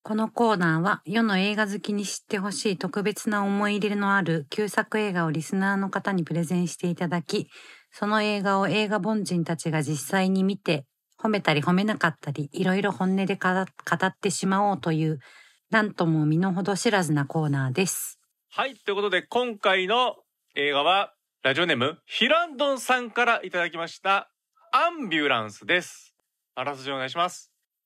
このコーナーは世の映画好きに知ってほしい特別な思い入れのある旧作映画をリスナーの方にプレゼンしていただき、その映画を映画凡人たちが実際に見て、褒めたり褒めなかったり、いろいろ本音で語ってしまおうという、なんとも身の程知らずなコーナーです。 はい、ということで今回の映画はラジオネームヒランドンさんからいただきましたアンビュランスです。あらすじお願いします。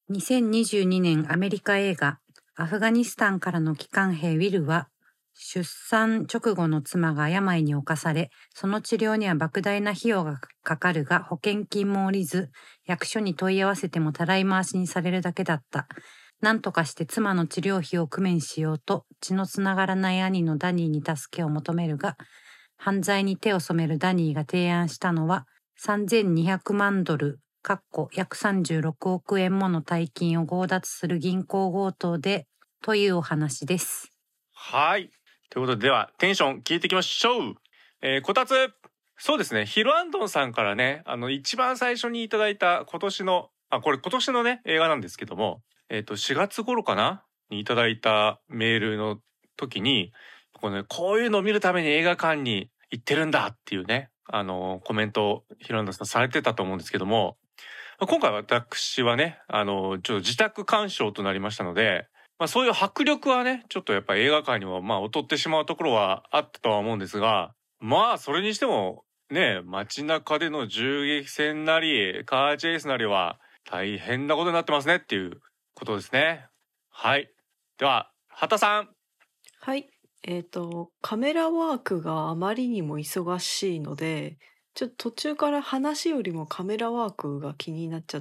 2022年アメリカ映画、アフガニスタンからの帰還兵ウィルは、出産直後の妻が病に侵され、その治療には莫大な費用がかかるが保険金も下りず、役所に問い合わせてもたらい回しにされるだけだった。なんとかして妻の治療費を工面しようと、血のつながらない兄のダニーに助けを求めるが、犯罪に手を染めるダニーが提案したのは、3200万ドル、約36億円もの大金を強奪する銀行強盗で、というお話です。 はい。ということで、ではテンション聞いていきましょう。こたつ。そうですね。ヒルアンドンさんからね、一番最初にいただいた今年のね、映画なんですけども、4月頃かなにいただいたメールの時に、こういうのを見るために映画館に行ってるんだっていうね、コメントをヒルアンドンさんされてたと思うんですけども、今回私はね、ちょっと自宅鑑賞となりましたので、そういう迫力はね、ちょっとやっぱり映画館にも劣ってしまうところはあったとは思うんですが、それにしてもね、街中での銃撃戦なりカーチェイスなりは大変なことになってますねっていうことですね。はい。では畑さん。 はい。カメラワークがあまりにも忙しいので、ちょっと途中から話よりもカメラワークが気になっちゃって、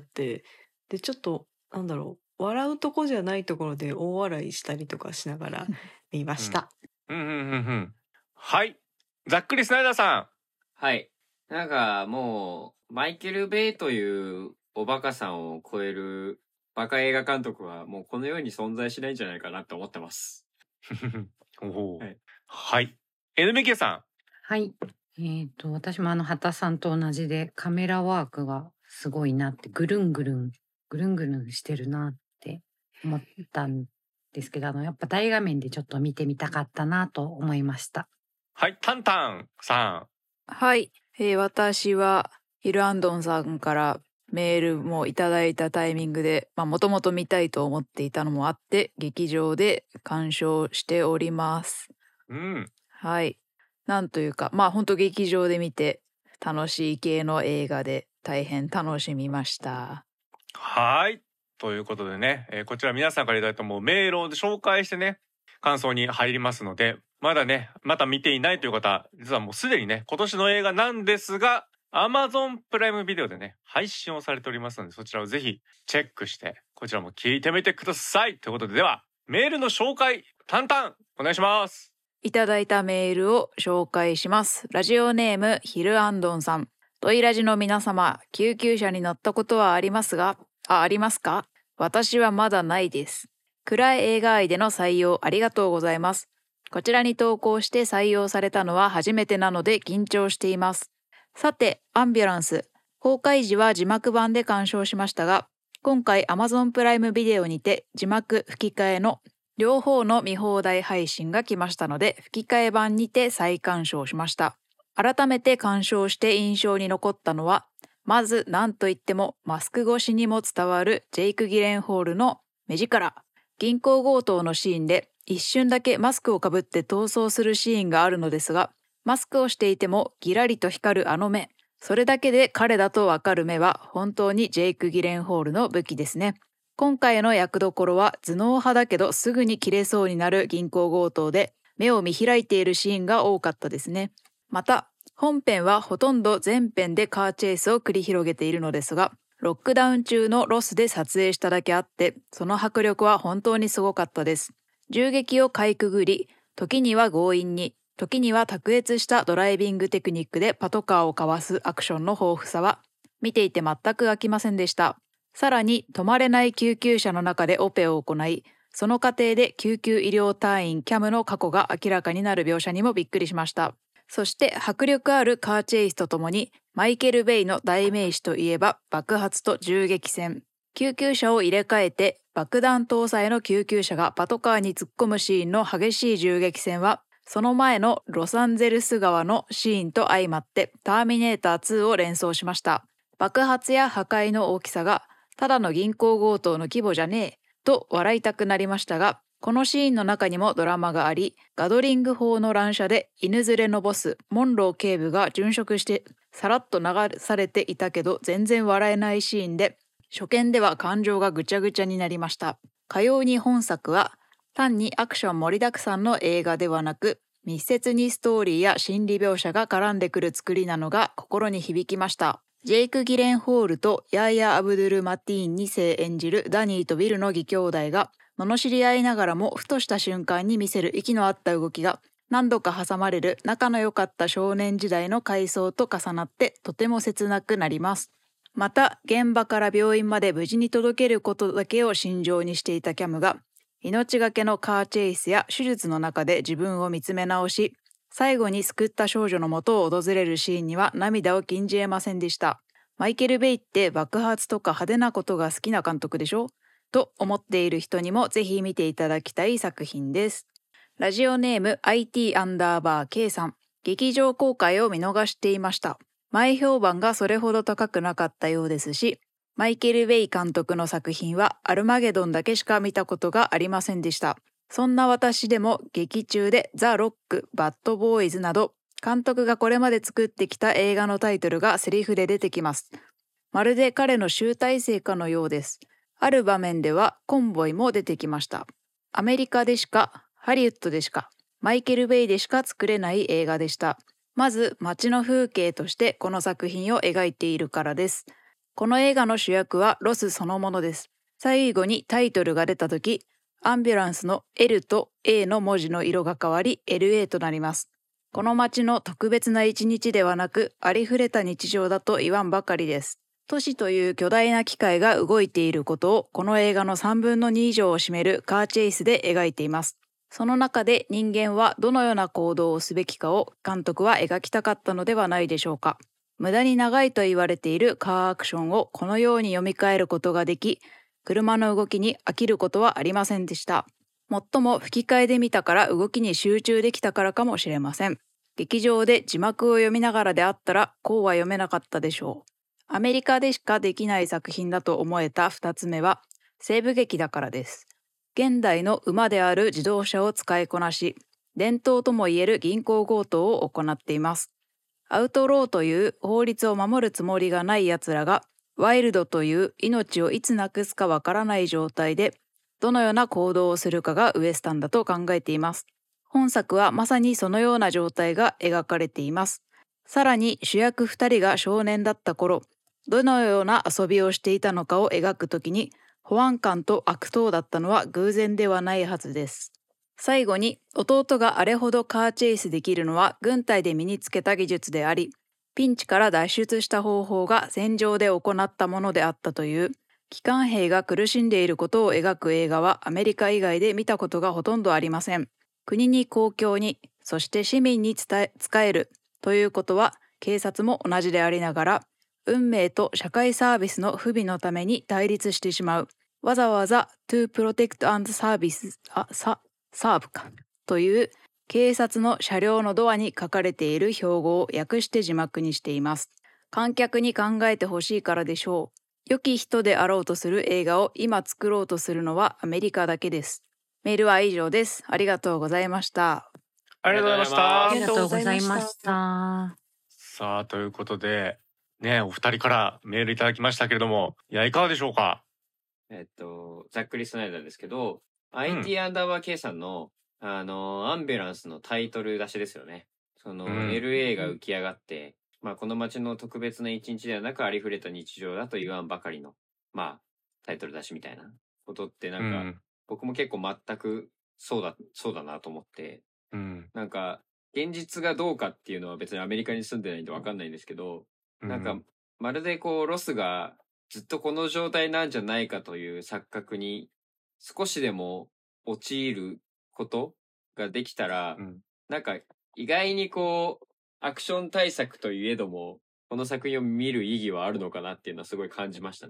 で、ちょっと、笑うとこじゃないところで大笑いしたりとかしながら見ました。 はい。ざっくりスナイダーさん。 はい。なんかもう、マイケル・ベイというおバカさんを超えるバカ映画監督はもうこの世に存在しないんじゃないかなと思ってます。 はい。NBK さん。 はい。私も畑さんと同じでカメラワークがすごいなって、ぐるんぐるんしてるなって思ったんですけど、やっぱ大画面でちょっと見てみたかったなと思いました。 はい、タンタンさん。 はい、私はヒルアンドンさんからメールもいただいたタイミングで、もともと見たいと思っていたのもあって、劇場で鑑賞しております。はい。なんというか、本当劇場で見て楽しい系の映画で大変楽しみました。 はい。ということでね、こちら皆さんからいただいたもうメールを紹介してね、感想に入りますので、また見ていないという方、実はもうすでにね、今年の映画なんですが、Amazon プライムビデオでね、配信をされておりますので、そちらをぜひチェックして、こちらも聞いてみてください。ということで、では、メールの紹介、タンタン、お願いします。 いただいたメールを紹介します。ラジオネームヒルアンドンさん。トイラジの皆様、救急車に乗ったことはありますか？私はまだないです。暗い映画愛での採用ありがとうございます。こちらに投稿して採用されたのは初めてなので緊張しています。さて、アンビュランス。公開時は字幕版で鑑賞しましたが、今回 Amazon プライムビデオにて字幕吹き替えの両方の見放題配信が来ましたので、吹き替え版にて再鑑賞しました。改めて鑑賞して印象に残ったのは、まず何といってもマスク越しにも伝わるジェイク・ギレンホールの目力。銀行強盗のシーンで一瞬だけマスクをかぶって逃走するシーンがあるのですが、マスクをしていてもギラリと光るあの目。それだけで彼だとわかる目は本当にジェイク・ギレンホールの武器ですね。今回の役どころは頭脳派だけどすぐに切れそうになる銀行強盗で、目を見開いているシーンが多かったですね。また、本編はほとんど全編でカーチェイスを繰り広げているのですが、ロックダウン中のロスで撮影しただけあって、その迫力は本当にすごかったです。銃撃をかいくぐり、時には強引に、時には卓越したドライビングテクニックでパトカーをかわすアクションの豊富さは、見ていて全く飽きませんでした。さらに止まれない救急車の中でオペを行い、その過程で救急医療隊員キャムの過去が明らかになる描写にもびっくりしました。そして迫力あるカーチェイスとともに、マイケル・ベイの代名詞といえば爆発と銃撃戦。 救急車を入れ替えて爆弾搭載の救急車がパトカーに突っ込むシーンの激しい銃撃戦は、その前のロサンゼルス川のシーンと相まってターミネーター2を連想しました。爆発や破壊の大きさがただの銀行強盗の規模じゃねえと笑いたくなりましたが、このシーンの中にもドラマがあり、ガドリング砲の乱射で犬連れのボスモンロー警部が殉職してさらっと流されていたけど全然笑えないシーンで、初見では感情がぐちゃぐちゃになりました。かように本作は単にアクション盛りだくさんの映画ではなく、密接にストーリーや心理描写が絡んでくる作りなのが心に響きました。ジェイク・ギレンホールとヤーヤ・アブドゥル・マティーン2世演じるダニーとウィルの義兄弟が罵り合いながらもふとした瞬間に見せる息の合った動きが何度か挟まれる仲の良かった少年時代の回想と重なってとても切なくなります。また現場から病院まで無事に届けることだけを心情にしていたキャムが命がけのカーチェイスや手術の中で自分を見つめ直し、最後に救った少女の元を訪れるシーンには涙を禁じ得ませんでした。マイケル・ベイって爆発とか派手なことが好きな監督でしょと思っている人にもぜひ見ていただきたい作品です。ラジオネーム IT_K さん。劇場公開を見逃していました。前評判がそれほど高くなかったようですし、マイケル・ベイ監督の作品はアルマゲドンだけしか見たことがありませんでした。そんな私でも劇中でザ・ロック、バッドボーイズなど監督がこれまで作ってきた映画のタイトルがセリフで出てきます。まるで彼の集大成かのようです。ある場面ではコンボイも出てきました。アメリカでしか、ハリウッドでしか、マイケル・ベイでしか作れない映画でした。まず街の風景としてこの作品を描いているからです。この映画の主役はロスそのものです。最後にタイトルが出た時、アンビュランスの L と A の文字の色が変わり LA となります。この街の特別な一日ではなく、ありふれた日常だと言わんばかりです。都市という巨大な機械が動いていることをこの映画の3分の2以上を占めるカーチェイスで描いています。その中で人間はどのような行動をすべきかを監督は描きたかったのではないでしょうか。無駄に長いと言われているカーアクションをこのように読み替えることができ、車の動きに飽きることはありませんでした。もっとも吹き替えで見たから動きに集中できたからかもしれません。劇場で字幕を読みながらであったらこうは読めなかったでしょう。アメリカでしかできない作品だと思えた2つ目は西部劇だからです。現代の馬である自動車を使いこなし、伝統ともいえる銀行強盗を行っています。アウトローという法律を守るつもりがない奴らが、ワイルドという命をいつなくすかわからない状態で、どのような行動をするかがウエスタンだと考えています。本作はまさにそのような状態が描かれています。さらに主役2人が少年だった頃、どのような遊びをしていたのかを描くときに、保安官と悪党だったのは偶然ではないはずです。最後に弟があれほどカーチェイスできるのは軍隊で身につけた技術であり、ピンチから脱出した方法が戦場で行ったものであったという、機関兵が苦しんでいることを描く映画はアメリカ以外で見たことがほとんどありません。国に公共に、そして市民に使えるということは警察も同じでありながら、運命と社会サービスの不備のために対立してしまう。わざわざ to protect and service サーブかという警察の車両のドアに書かれている標語を訳して字幕にしています。観客に考えてほしいからでしょう。良き人であろうとする映画を今作ろうとするのはアメリカだけです。メールは以上です。ありがとうございました。 ありがとうございましたありがとうございました。 さあということでね、お二人からメールいただきましたけれども、いやいかがでしょうか。 ざっくりスナイダーですけど、IT_K さんのアンビュランスのタイトル出しですよね。LA が浮き上がって、この街の特別な一日ではなくありふれた日常だと言わんばかりのタイトル出しみたいなことって僕も結構全くそうだなと思って、現実がどうかっていうのは別にアメリカに住んでないんで分かんないんですけど、まるでロスがずっとこの状態なんじゃないかという錯覚に少しでも陥ることができたら、意外にアクション対策といえどもこの作品を見る意義はあるのかなっていうのはすごい感じましたね。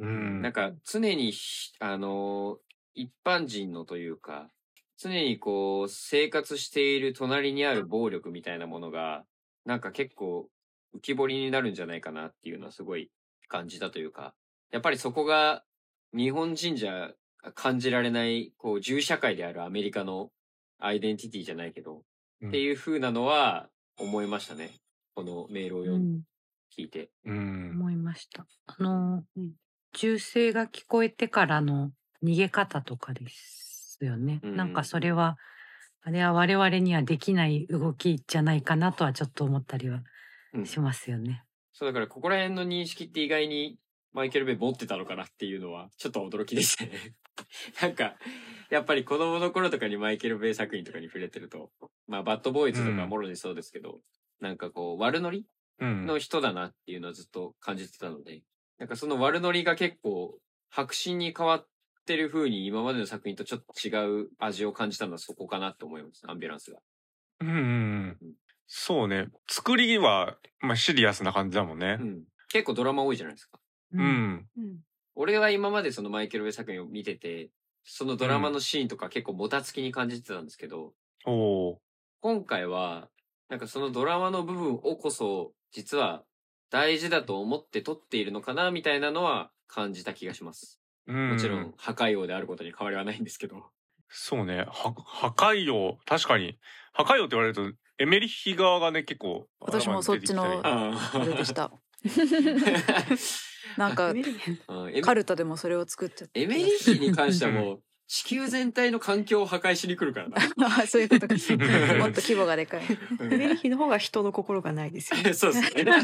なんか常に一般人のというか、常にこう生活している隣にある暴力みたいなものがなんか結構浮き彫りになるんじゃないかなっていうのはすごい感じたというか、やっぱりそこが日本人じゃ感じられないこう銃社会であるアメリカのアイデンティティじゃないけど、っていう風なのは思いましたね。このメールを読んで聞いて。 思いました。銃声が聞こえてからの逃げ方とかですよね。なんかそれは、あれは我々にはできない動きじゃないかなとはちょっと思ったりはしますよね。 そうだからここら辺の認識って意外にマイケル・ベイ持ってたのかなっていうのはちょっと驚きでしたね。なんかやっぱり子供の頃とかにマイケル・ベイ作品とかに触れてると、まあバッドボーイズとかもろにそうですけど、なんかこう悪ノリの人だなっていうのはずっと感じてたので、なんかその悪ノリが結構白真に変わってる風に今までの作品とちょっと違う味を感じたのはそこかなと思います。アンビュランスが。 そうね。作りは、まあ、シリアスな感じだもんね。 結構ドラマ多いじゃないですか。俺は今までそのマイケル・ベイ作品を見てて、そのドラマのシーンとか結構もたつきに感じてたんですけど、今回はなんかそのドラマの部分をこそ実は大事だと思って撮っているのかなみたいなのは感じた気がします。もちろん破壊王であることに変わりはないんですけど。 そうね。破壊王、確かに破壊王って言われるとエメリッヒ側がね結構私もそっちのあれでした。なんかカルタでもそれを作っちゃって。 エメリッヒに関してはもう地球全体の環境を破壊しに来るからな。 そういうことか。もっと規模がでかい。 エメリッヒの方が人の心がないですよね。 そうですね。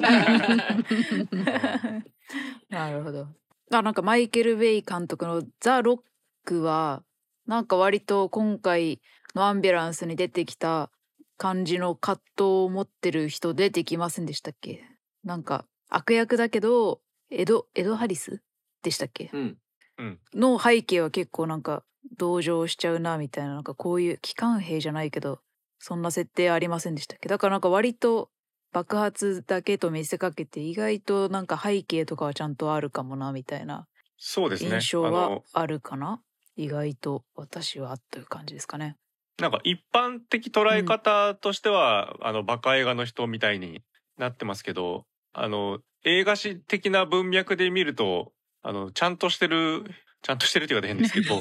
なるほど。なんかマイケル・ベイ監督のザ・ロックはなんか割と今回のアンビュランスに出てきた感じの葛藤を持ってる人出てきませんでしたっけ？なんか悪役だけどエド・ハリスでしたっけ？の背景は結構なんか同情しちゃうなみたいな、なんかこういう機関兵じゃないけどそんな設定ありませんでしたっけ？だからなんか割と爆発だけと見せかけて意外となんか背景とかはちゃんとあるかもなみたいな印象はあるかな。意外と私はという感じですかね。 なんか一般的捉え方としては、バカ映画の人みたいになってますけど、映画史的な文脈で見るとちゃんとしてるって言うと変ですけど、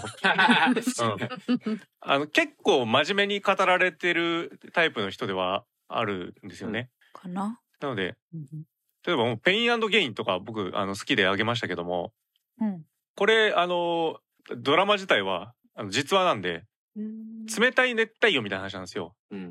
結構真面目に語られてるタイプの人ではあるんですよね。 かな。 なので、例えばもうペイン&ゲインとか僕好きであげましたけども、これドラマ自体は実話なんで、冷たい熱帯魚みたいな話なんですよ。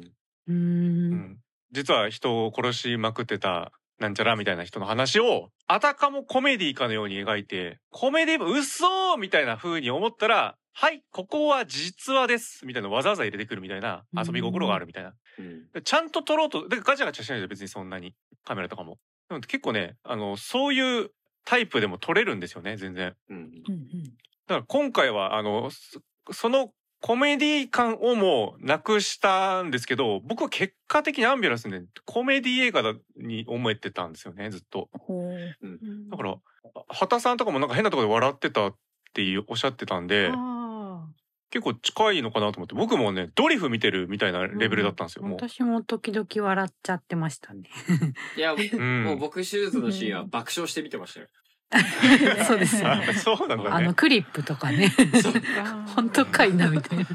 実は人を殺しまくってたなんちゃらみたいな人の話をあたかもコメディかのように描いて、コメディ嘘みたいな風に思ったら、はいここは実話ですみたいなわざわざ入れてくるみたいな遊び心があるみたいな、ちゃんと撮ろうとでガチャガチャしないで別にそんなにカメラとかも結構ねそういうタイプでも撮れるんですよね全然。だから今回はそのコメディ感をもなくしたんですけど、僕は結果的にアンビュランスねコメディ映画に思えてたんですよねずっと。だから畑さんとかもなんか変なところで笑ってたっておっしゃってたんで、結構近いのかなと思って、僕もねドリフ見てるみたいなレベルだったんですよ。 私も時々笑っちゃってましたね。 いやもう僕手術のシーンは爆笑して見てましたよ。 そうですよね。 そうなんだね。 クリップとかね。本当かいなみたいな。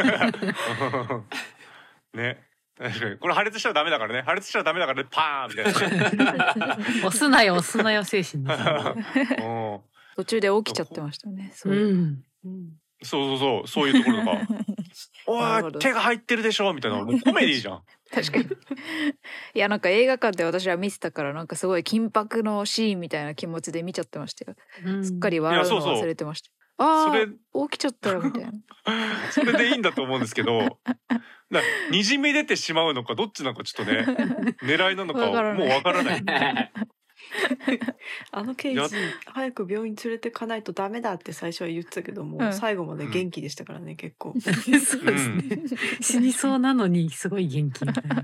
ね。確かにこれ破裂したらダメだからね。破裂したらダメだからね。パーンみたいな。 押すなよ精神です。 途中で起きちゃってましたね。 そういうところとか。おい手が入ってるでしょみたいな、もうコメディじゃん。 確かに。いやなんか映画館で私は見てたからなんかすごい緊迫のシーンみたいな気持ちで見ちゃってましたよ。すっかり笑うの忘れてました。それ起きちゃったらみたいな。 それでいいんだと思うんですけど、にじみ出てしまうのかどっちなのかちょっとね狙いなのかもうわからない。 刑事早く病院連れてかないとダメだって最初は言ってたけども、最後まで元気でしたからね結構。 そうですね。死にそうなのにすごい元気みたいな。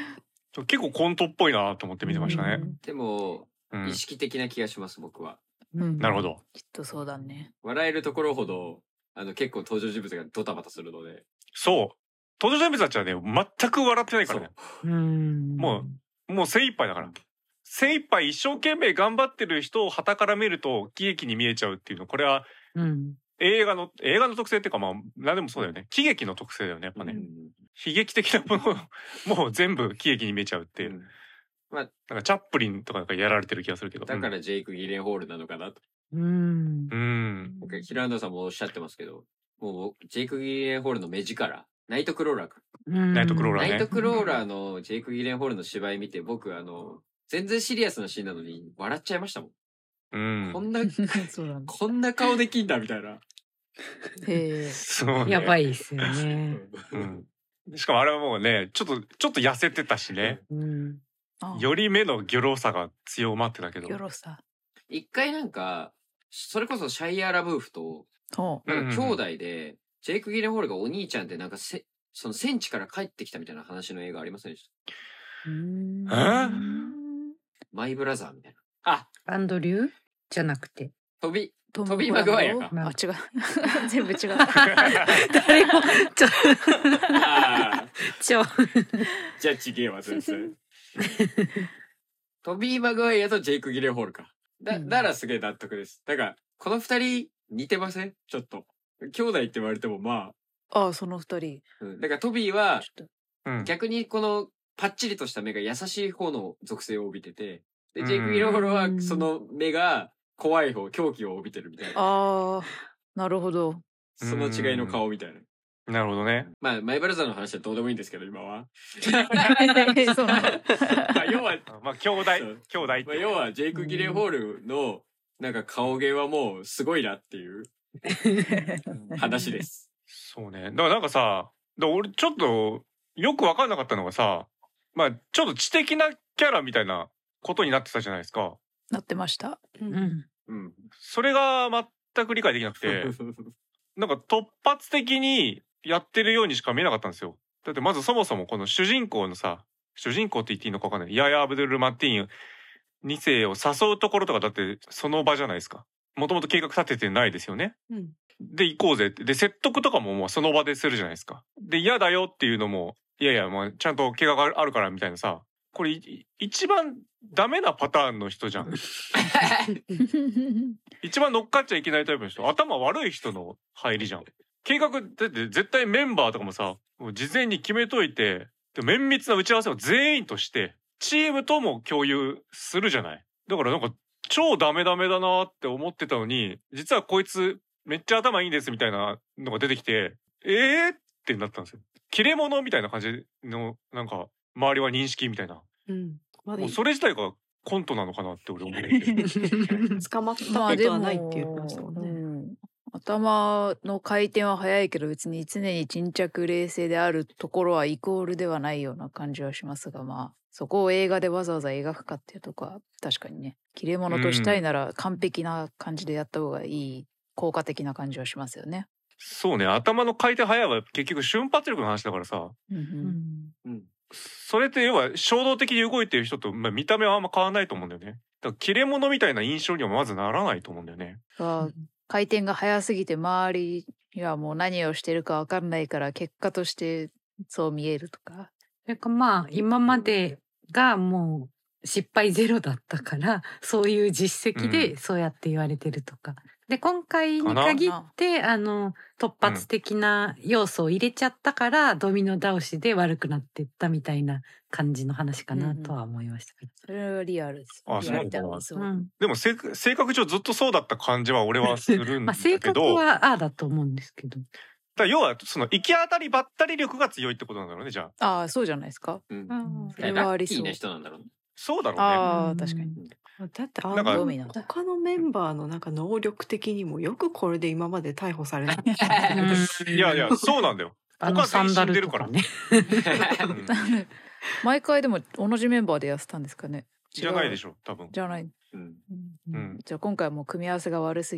結構コントっぽいなと思って見てましたね。 でも意識的な気がします僕は。 うんなるほど。 きっとそうだね。 笑えるところほど結構登場人物がドタバタするので。 そう。登場人物たちはね、全く笑ってないからね。 うん。 もう精一杯だから。精一杯一生懸命頑張ってる人を傍から見ると喜劇に見えちゃうっていうの。これはうん。 映画の特性っていうか、まあ何でもそうだよね。喜劇の特性だよね、やっぱね。 うん悲劇的なものもう全部喜劇に見えちゃうっていう。 まあなんかチャップリンとかなんかやられてる気がするけど。 だからジェイク・ギレンホールなのかなと。 うん。 うん。 ヒルアンドさんもおっしゃってますけど、もうジェイク・ギレンホールの目力、ナイトクローラーか。 ナイトクローラーねナイトクローラーのジェイク・ギレンホールの芝居見て、僕全然シリアスなシーンなのに笑っちゃいましたもん。 うんこんなそうなんだ。 こんな顔できんだみたいな。 へえ。 そうね。 やばいですよね。 うん。しかもあれはもうね、ちょっと痩せてたしね。 うん。 あより目のギョロさが強まってたけど。 ギョロさ。 一回なんか、それこそシャイア・ラブーフと、 ほう。 なんか兄弟で、ジェイク・ギレンホールがお兄ちゃんでなんかその戦地から帰ってきたみたいな話の映画ありませんでした？マイブラザーみたいな。あ、 アンドリューじゃなくて。 トビトトビー・マグワイアか。 あ、違う。全部違う。 誰も、ちょ、 あーちょ、 じゃあちげえわ、全然。トビー・マグワイアとジェイク・ギレンホールか。だからすげえ納得です。だから、この二人似てません？ちょっと。兄弟って言われてもまああ、その二人。 あ。だからトビーはちょっうん。 逆にこのパッチリとした目が優しい方の属性を帯びてて、で、ジェイク・ギレンホールはその目が怖い方、狂気を帯びてるみたいな。 ああ、なるほど。 その違いの顔みたいな。 なるほどね。 まあ、マイブラザーの話はどうでもいいんですけど、今は。 そうなの。 まあ、要は、 まあ兄弟そうまあ、要は、ジェイク・ギレンホールの、なんか顔芸はもうすごいなっていう話です。 そうね。だからなんかさ、俺ちょっとよく分かんなかったのがさ、まあちょっと知的なキャラみたいなことになってたじゃないですか。 なってました。 うん。 うん。 それが全く理解できなくて、なんか突発的にやってるようにしか見えなかったんですよ。だってまずそもそもこの主人公のさ、主人公って言っていいのか分かんない。ヤヤ・アブドゥル・マッティーン2世を誘うところとかだってその場じゃないですか。もともと計画立ててないですよね。 うん。 で行こうぜって。で説得とかももうその場でするじゃないですか。で嫌だよっていうのもいやいやもうちゃんと計画あるからみたいなさ。これ一番ダメなパターンの人じゃん。一番乗っかっちゃいけないタイプの人。頭悪い人の入りじゃん。計画だって絶対メンバーとかもさ、もう事前に決めといて、で綿密な打ち合わせを全員としてチームとも共有するじゃない。だからなんか超ダメだなって思ってたのに、実はこいつめっちゃ頭いいんですみたいなのが出てきて、ってなったんですよ。切れ者みたいな感じのなんか周りは認識みたいな。 うん。まだもうそれ自体がコントなのかなって俺思ってて。 捕まったことはないって言ってましたもんね。 頭の回転は速いけど別に常に沈着冷静であるところはイコールではないような感じはしますが、まあそこを映画でわざわざ描くかっていうとこは確かにね、切れ者としたいなら完璧な感じでやった方がいい、効果的な感じはしますよね。 そうね、頭の回転速いは結局瞬発力の話だからさ、 うん。 それって要は衝動的に動いてる人と、まあ、見た目はあんま変わらないと思うんだよね。だから切れ者みたいな印象にはまずならないと思うんだよね。 回転が速すぎて周りにはもう何をしてるか分かんないから結果としてそう見えるとか。 それかまあ今までがもう失敗ゼロだったからそういう実績でそうやって言われてるとか、で今回に限って突発的な要素を入れちゃったからドミノ倒しで悪くなってったみたいな感じの話かなとは思いましたけど、 それはリアルです。 あ、 リアルだわそうそうでも性格上ずっとそうだった感じは俺はするんまだけどあ性格はああだと思うんですけど、 だから要はその行き当たりばったり力が強いってことなんだろうね、じゃあ。 ああ、そうじゃないですか。 うん。 それはありそうラッキーな。人なんだろうね。 そうだろうね。 ああ、確かに。 だってなんか他のメンバーのなんか能力的にもよくこれで今まで逮捕されない。 いやいや、そうなんだよ。他全員死サンダんでるから。 ルとかねうん毎回でも同じメンバーでやってたんですかね。 じゃないでょ。 しょ、多分。 じゃない。 うん。 うんじゃあ今回はもう組み合わせが悪すぎた。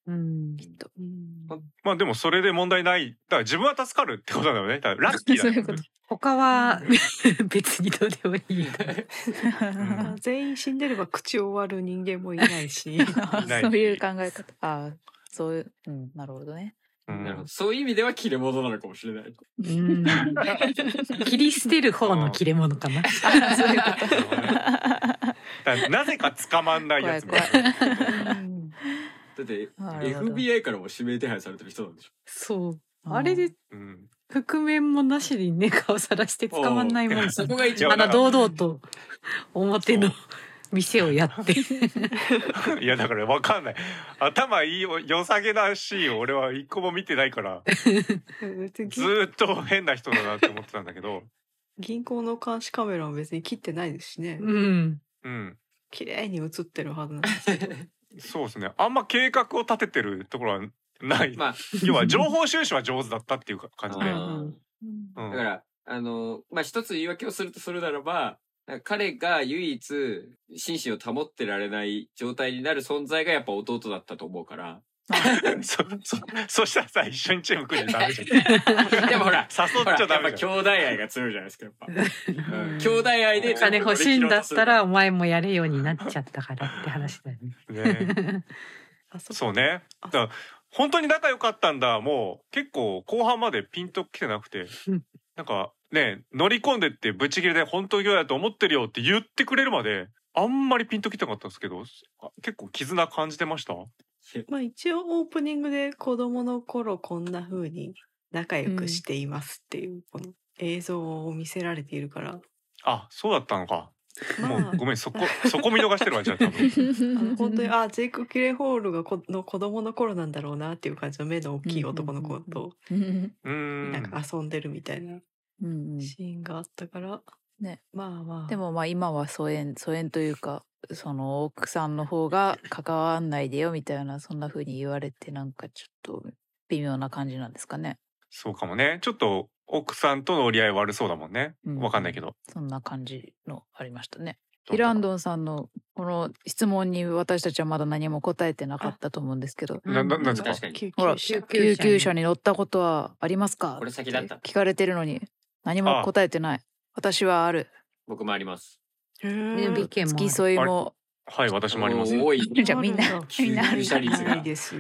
うん。 きっと。 まあでもそれで問題ない。だから自分は助かるってことだよね。だからラッキーだよ。 そういうこと。 他は別にどうでもいい。 まあ全員死んでれば口を割る人間もいないし。 ないそういう考え方。ああ、そういう、なるほどね。 うんなるほど。そういう意味では切れ者なのかもしれない。 うん。切り捨てる方の切れ者かな。 そういうこと。 だからなぜか捕まんないやつみたい怖いな。 だってなるほど FBI からも指名手配されてる人なんでしょ。 そう。あれでうん覆面もなしにね顔さらして捕まんないもんそこが一番堂々と表の店をやって。 いやだからわかんない。頭いい良さげなシーンを俺は一個も見てないから別にずーっと変な人だなって思ってたんだけど。 銀行の監視カメラも別に切ってないですしね。 うん。 うん。 綺麗に映ってるはずなんですけど。 そうですね。あんま計画を立ててるところはない。 まあ、 要は情報収集は上手だったっていう感じで。 あーうんだからまあ一つ言い訳をするとするならば、彼が唯一心身を保ってられない状態になる存在がやっぱ弟だったと思うから。 そしたらさ一緒にチーム組んでダメじゃん。 でもほら誘っちゃダメやっぱじゃん。 兄弟愛が強いじゃないですかやっぱ。兄弟愛で金欲しいんだったらお前もやるようになっちゃったからって話だよね。 ね、 あそそうね。だから本当に仲良かったんだ。もう結構後半までピンときてなくて、なんかね乗り込んでってブチ切れで本当に兄弟だと思ってるよって言ってくれるまであんまりピンときてなかったんですけど、結構絆感じてました。 まあ一応オープニングで子供の頃こんな風に仲良くしていますっていうこの映像を見せられているから、 あ、そうだったのか。もまうごめんそこ見逃してるわじゃあ多分。 あ本当にジェイク・キレホールがの子供の頃なんだろうなっていう感じの目の大きい男の子となんか遊んでるみたいなシーンがあったから、 ね、 まあまあでもまあ今は疎遠というかその奥さんの方が関わんないでよみたいなそんな風に言われてなんかちょっと微妙な感じなんですかね。 そうかもね。ちょっと奥さんとの折り合い悪そうだもんね。わかんないけど。 そんな感じのありましたね。ヒルアンドンさんのこの質問に私たちはまだ何も答えてなかったと思うんですけど、 なんですか。 確かに。 ほら救急車に乗ったことはありますか？ これ先だった。 聞かれてるのに何も答えてない。私はある。 僕もあります。 美健も付き添いも。 はい、私もあります。 多い。 じゃあみんなある救急車率がいいです。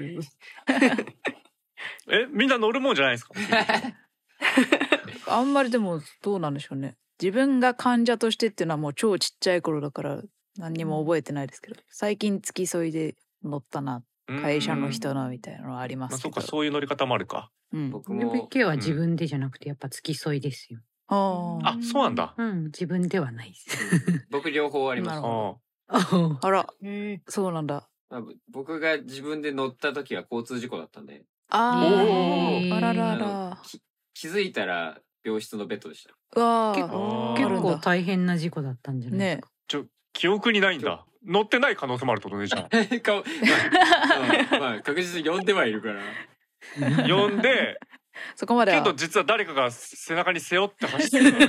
みんな乗るもんじゃないですか。 あんまりでもどうなんでしょうね。自分が患者としてっていうのはもう超ちっちゃい頃だから何にも覚えてないですけど、最近付き添いで乗ったな、会社の人のみたいなのはありますけど。 そうか、そういう乗り方もあるか。 僕も。 美健は自分でじゃなくてやっぱ付き添いですよ。 あ、そうなんだ。 自分ではないです。 僕両方あります。 あら、そうなんだ。 僕が自分で乗った時は交通事故だったんで。 あららら。 気づいたら病室のベッドでした。 結構大変な事故だったんじゃないですか。 記憶にないんだ。乗ってない可能性もあるってことねじゃあ。まあ確実に呼んではいるから。 呼んで。 そこまでは。 けど実は誰かが背中に背負って走ってる。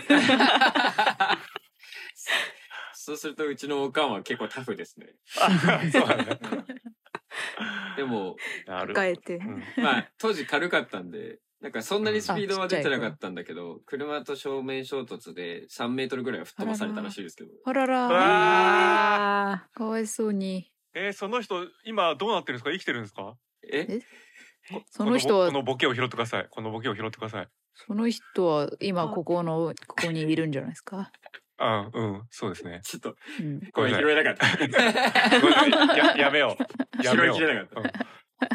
そうするとうちのおかんは結構タフですね。 そうなんだ。 でも抱えて、 まあ当時軽かったんでなんかそんなにスピードは出てなかったんだけど、車と正面衝突で3メートルぐらいは吹っ飛ばされたらしいですけど。 あらら。かわいそうに。 その人今どうなってるんですか？生きてるんですか？ その人はこのボケを拾ってください。このボケを拾ってください。 その人は今ここにいるんじゃないですか？ そうですね。 ちょっと、これ拾えなかった。 やめよう。 拾いきれなかった。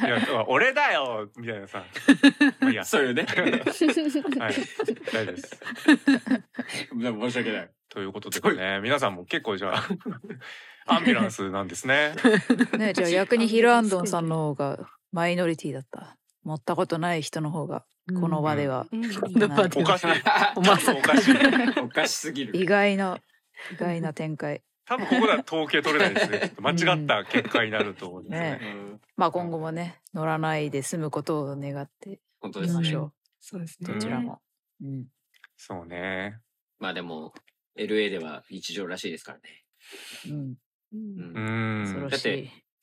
いや俺だよみたいなさ。 いやそうよね。 はい、大丈夫です。 でも申し訳ない。 ということでね、皆さんも結構じゃあアンビュランスなんですね。 ね、じゃあ逆にヒルアンドンさんの方がマイノリティだった。持ったことない人の方がこの場では、 おかしい。 おかしすぎる。 意外な展開。 多分ここでは統計取れないですね。ちょっと間違った結果になると思うんですね。 まあ今後もね乗らないで済むことを願ってみましょう。 そうですね。 どちらも。 そうね。 まあでも LA では日常らしいですからね。 恐ろしい。 だって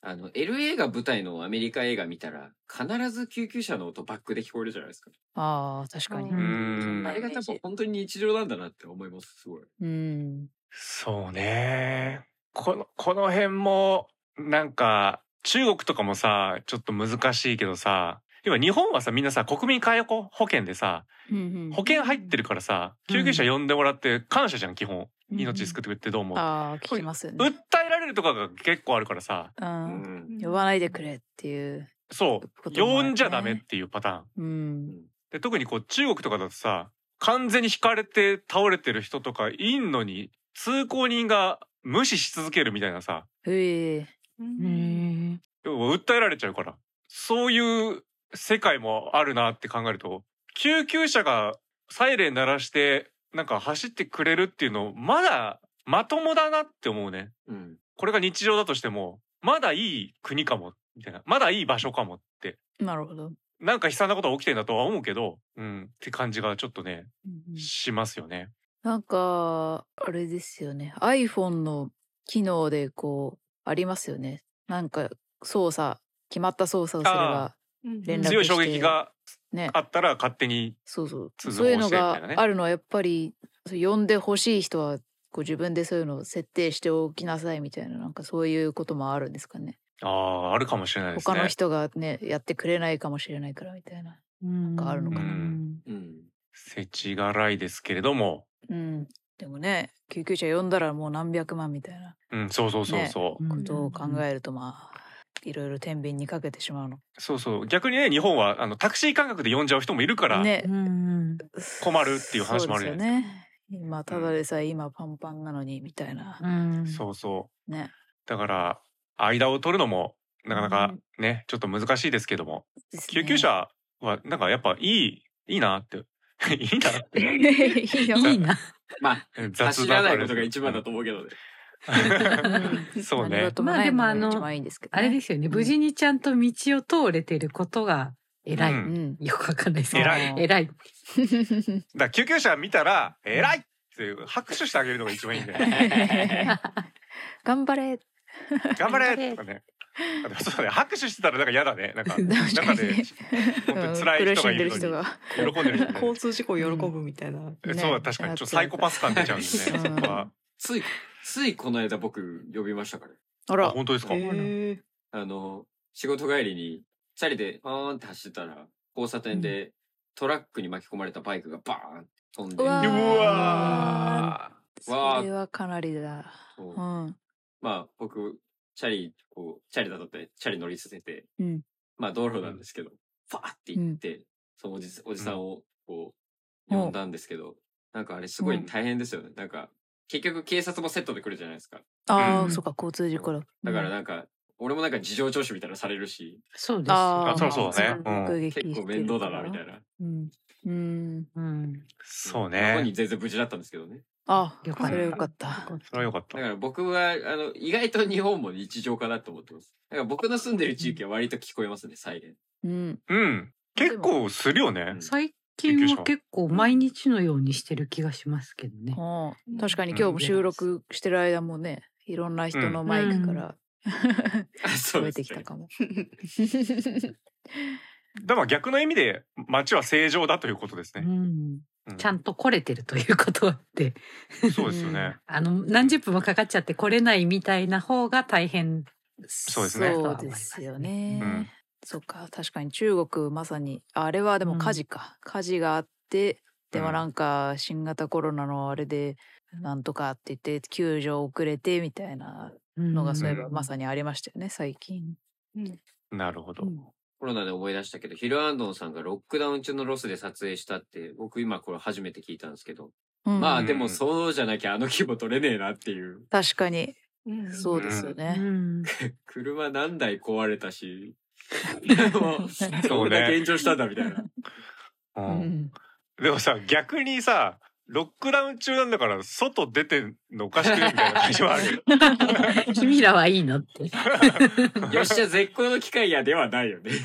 LA が舞台のアメリカ映画見たら必ず救急車の音バックで聞こえるじゃないですか。 ああ、確かに。 うんあれが多分本当に日常なんだなって思います。すごい。 うん。 そうね。この辺もなんか中国とかもさちょっと難しいけどさ、今日本はさみんなさ国民皆保険でさ保険入ってるからさ、救急車呼んでもらって感謝じゃん基本。命救ってくれてどうも。 ああ、聞きますよね。 訴えられるとかが結構あるからさ。 呼ばないでくれっていう。 そう呼んじゃダメっていうパターン。で特にこう中国とかだとさ完全に引かれて倒れてる人とかいんのに通行人が無視し続けるみたいなさ。 へえ。 訴えられちゃうから、そういう世界もあるなって考えると、救急車がサイレン鳴らしてなんか走ってくれるっていうのまだまともだなって思うね。これが日常だとしてもまだいい国かもみたいな、まだいい場所かもって。 なるほど。 なんか悲惨なことが起きてんだとは思うけど、って感じがちょっとね、しますよね。 なんかあれですよね。iPhone の機能でこうありますよね。なんか決まった操作をすれば連絡して、 強い衝撃がね、 あったら勝手にそういうのがあるのはやっぱり呼んでほしい人はこう自分でそういうのを設定しておきなさいみたいな、なんかそういうこともあるんですかね。 あるかもしれないですね。 他の人がねやってくれないかもしれないからみたいな、なんかあるのかな。 世知辛いですけれども。 でもね、救急車呼んだらもう何百万みたいな。そう。ことを考えるとまあいろいろ天秤にかけてしまうの。 そう逆にね、日本はタクシー感覚で呼んじゃう人もいるからね、困るっていう話もあるじゃないですか。 ね。今ただでさえ今パンパンなのにみたいな。 そうね。 だから間を取るのもなかなかね、ちょっと難しいですけども、救急車はなんかやっぱいいなっていいなっていいな。 まあ走らないことが一番だと思うけどね。 そうね。 まあでもあれですよね、無事にちゃんと道を通れてることが偉い。よくわかんないですけど偉い。 だ救急車見たら偉いって拍手してあげるのが一番いいんだよ。 頑張れ頑張れとかね。そうね、拍手してたらなんか嫌だね。なんか中で本当に辛い人がいるのに喜んでる人、 交通事故喜ぶみたいな。 そう確かにちょっとサイコパス感出ちゃうんですね。そこはついこの間僕呼びましたから。 あら、 本当ですか。 仕事帰りにチャリでパーンって走ってたら交差点でトラックに巻き込まれたバイクがバーン飛んで、 うわー、それはかなりだ。 まあ僕チャリだとってチャリ乗り捨てて、まあ道路なんですけど、ファーって行って、そのおじさんをこう呼んだんですけど、なんかあれすごい大変ですよね。なんか結局警察もセットで来るじゃないですか。 そうか、交通事故だ。 だからなんか俺もなんか事情聴取みたいなのされるし、 そうです。 そうね。 結構面倒だなみたいな。 そうね。 本人全然無事だったんですけどね。 それよかった。 それはよかった。 だから僕は意外と日本も日常かなと思ってます。だから僕の住んでる地域は割と聞こえますね、サイレン。 結構するよね。 最近は結構毎日のようにしてる気がしますけどね。 確かに今日も収録してる間もね、いろんな人のマイクから聞こえてきたかも。 でも逆の意味で街は正常だということですね。 ちゃんと来れてるということって。 そうですよね。 何十分もかかっちゃって来れないみたいな方が大変。 そうですね。 そうですよね。そっか、確かに中国まさにあれはでも火事があって、でもなんか新型コロナのあれでなんとかって言って救助遅れてみたいなのがそういえばまさにありましたよね、最近。 なるほど。 コロナで思い出したけど、ヒルアンドンさんがロックダウン中のロスで撮影したって僕今これ初めて聞いたんですけど、まあでもそうじゃなきゃあの規模取れねえなっていう。 確かにそうですよね。 車何台壊れたしそんだけ炎上したんだみたいな。 でもさ逆にさロックダウン中なんだから外出てんのおかしくねみたいな感じもあるよ。 君らはいいのって。 よっしゃ絶好の機会やではないよね。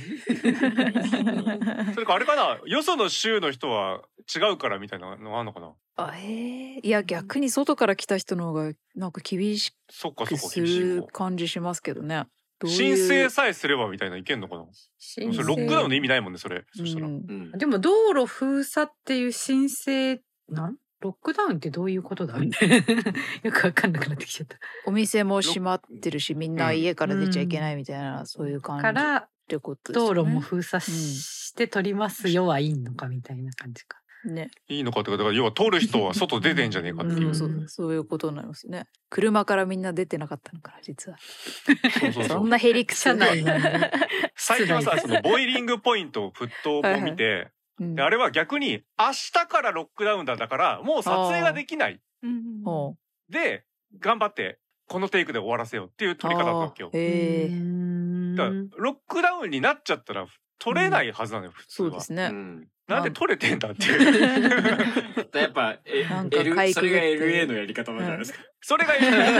それかあれかな、よその州の人は違うからみたいなのあんのかな。 いや逆に外から来た人の方がなんか厳しくする感じしますけどね。 どういう申請さえすればみたいないけんのかな。それロックダウンの意味ないもんね、それ。そしたら。 うんでも道路封鎖っていう申請ロックダウンってどういうことだみたいなよくわかんなくなってきちゃった。 お店も閉まってるし、みんな家から出ちゃいけないみたいな、そういう感じからってことです道よね。 路も封鎖して取りますよはいいのかみたいな感じか。 ね。 いいのかってか、だから要は通る人は外出てんじゃねえかっていうう。 んそういうことになりますね。車からみんな出てなかったのかな、実は。 そうそんなへりくつ車内なんで。 最近はさ、そのボイリングポイントを沸騰を見て、 うんであれは逆に明日からロックダウンだからもう撮影ができないほで頑張ってこのテイクで終わらせようっていう撮り方だったわけよ。 へえ。 だからロックダウンになっちゃったら撮れないはずなのよ、普通は。 そうですね。 なんで撮れてんだっていう。 やっぱなんかかいくぐってそれが LA のやり方なんじゃないですか。 それが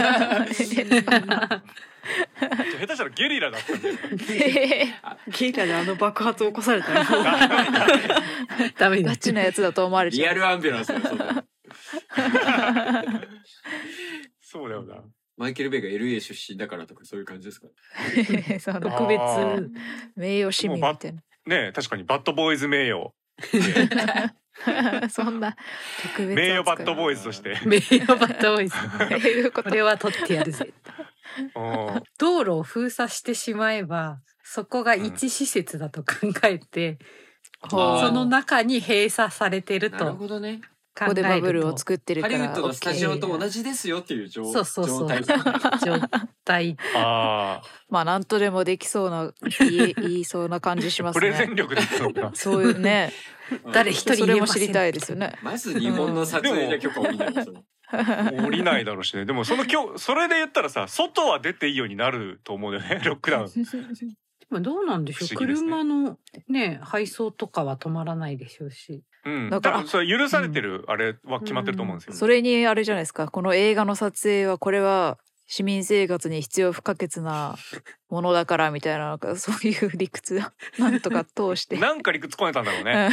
下手したらゲリラだったんだよ。 ゲリラであの爆発を起こされたらもうダメだガチなやつだと思われちゃう。 リアルアンビュランスだよそんな。 そうだよな。 マイケル・ベイが LA 出身だからとかそういう感じですか。 その特あー別名誉市民みたいねえ、確かにバッドボーイズ名誉な。そんな特別扱い。 名誉バッドボーイズとして。 名誉バッドボーイズ。 そういうこことれは取ってやるぜ。 うん道路を封鎖してしまえばそこが一施設だと考えて、 あーその中に閉鎖されてるなるとほどね。 考こでえるとバブルを作ってるから。 ハリウッドのスタジオと同じですよっていう状そうそうそう態。 状態。 あまあなんとでもできそうな言いそうな感じしますね。 プレゼン力ですのか。 そういうね。 誰一人そ言えませんれも知りたいですよね。 まず日本の撮影で許可を下りないですよね。 降りないだろうしね。でもそれで言ったらさ、外は出ていいようになると思うよね。ロックダウン。 まあどうなんでしょう。 不思議ですね車のね配送とかは止まらないでしょうし。 うん。 だから多分それ許されてるあれは決まってると思うんですよ。 それにあれじゃないですか。この映画の撮影はこれは市民生活に必要不可欠なものだからみたいな、なんかそういう理屈をなんとか通して。 なんか理屈こねたんだろうね。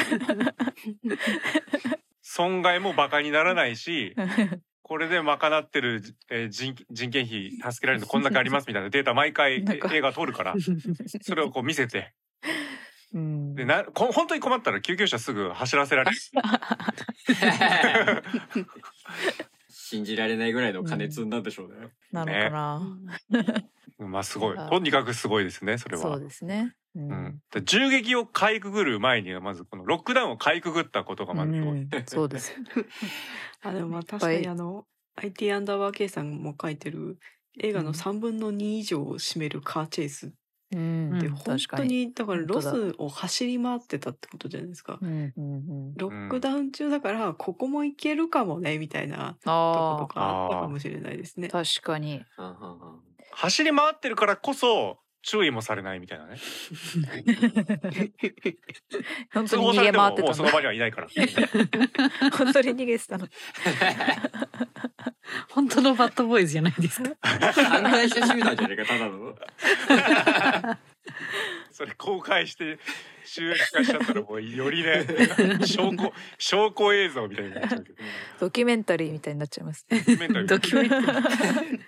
損害もバカにならないし、これで賄ってる、人件費助けられるのこんだけありますみたいなデータ毎回なんか映画通るから、それをこう見せて、 うんで本当に困ったら救急車すぐ走らせられる。 信じられないぐらいの加熱なんでしょうね。 なのかな。 まあすごい。 あとにかくすごいですね、それは。 そうですね。ううんん、で銃撃をかいくぐる前にはまずこのロックダウンをかいくぐったことがまずすごい。 そうです。 でもまあ確かにIT アンダーバー K さんも書いてる映画の3分の2以上を占めるカーチェイスうんで、本当確かに。 にだからロスを走り回ってたってことじゃないですか。ロックダウン中だからここも行けるかもねみたいなとことあかあったかもしれないですねあ。確かに。 走り回ってるからこそ注意もされないみたいなね。 本当に逃通報されてげ回ってたんだ。 ももうその場にはいないから。 本当に逃げてたの。 本当のバッドボーイズじゃないですか。 犯罪者集団じゃねえかただの。 それ公開して収益化しちゃったらもうよりね証拠映像みたいになっちゃうけど。 ドキュメンタリーみたいになっちゃいます。 ドキュメンタリードキュメンタリー。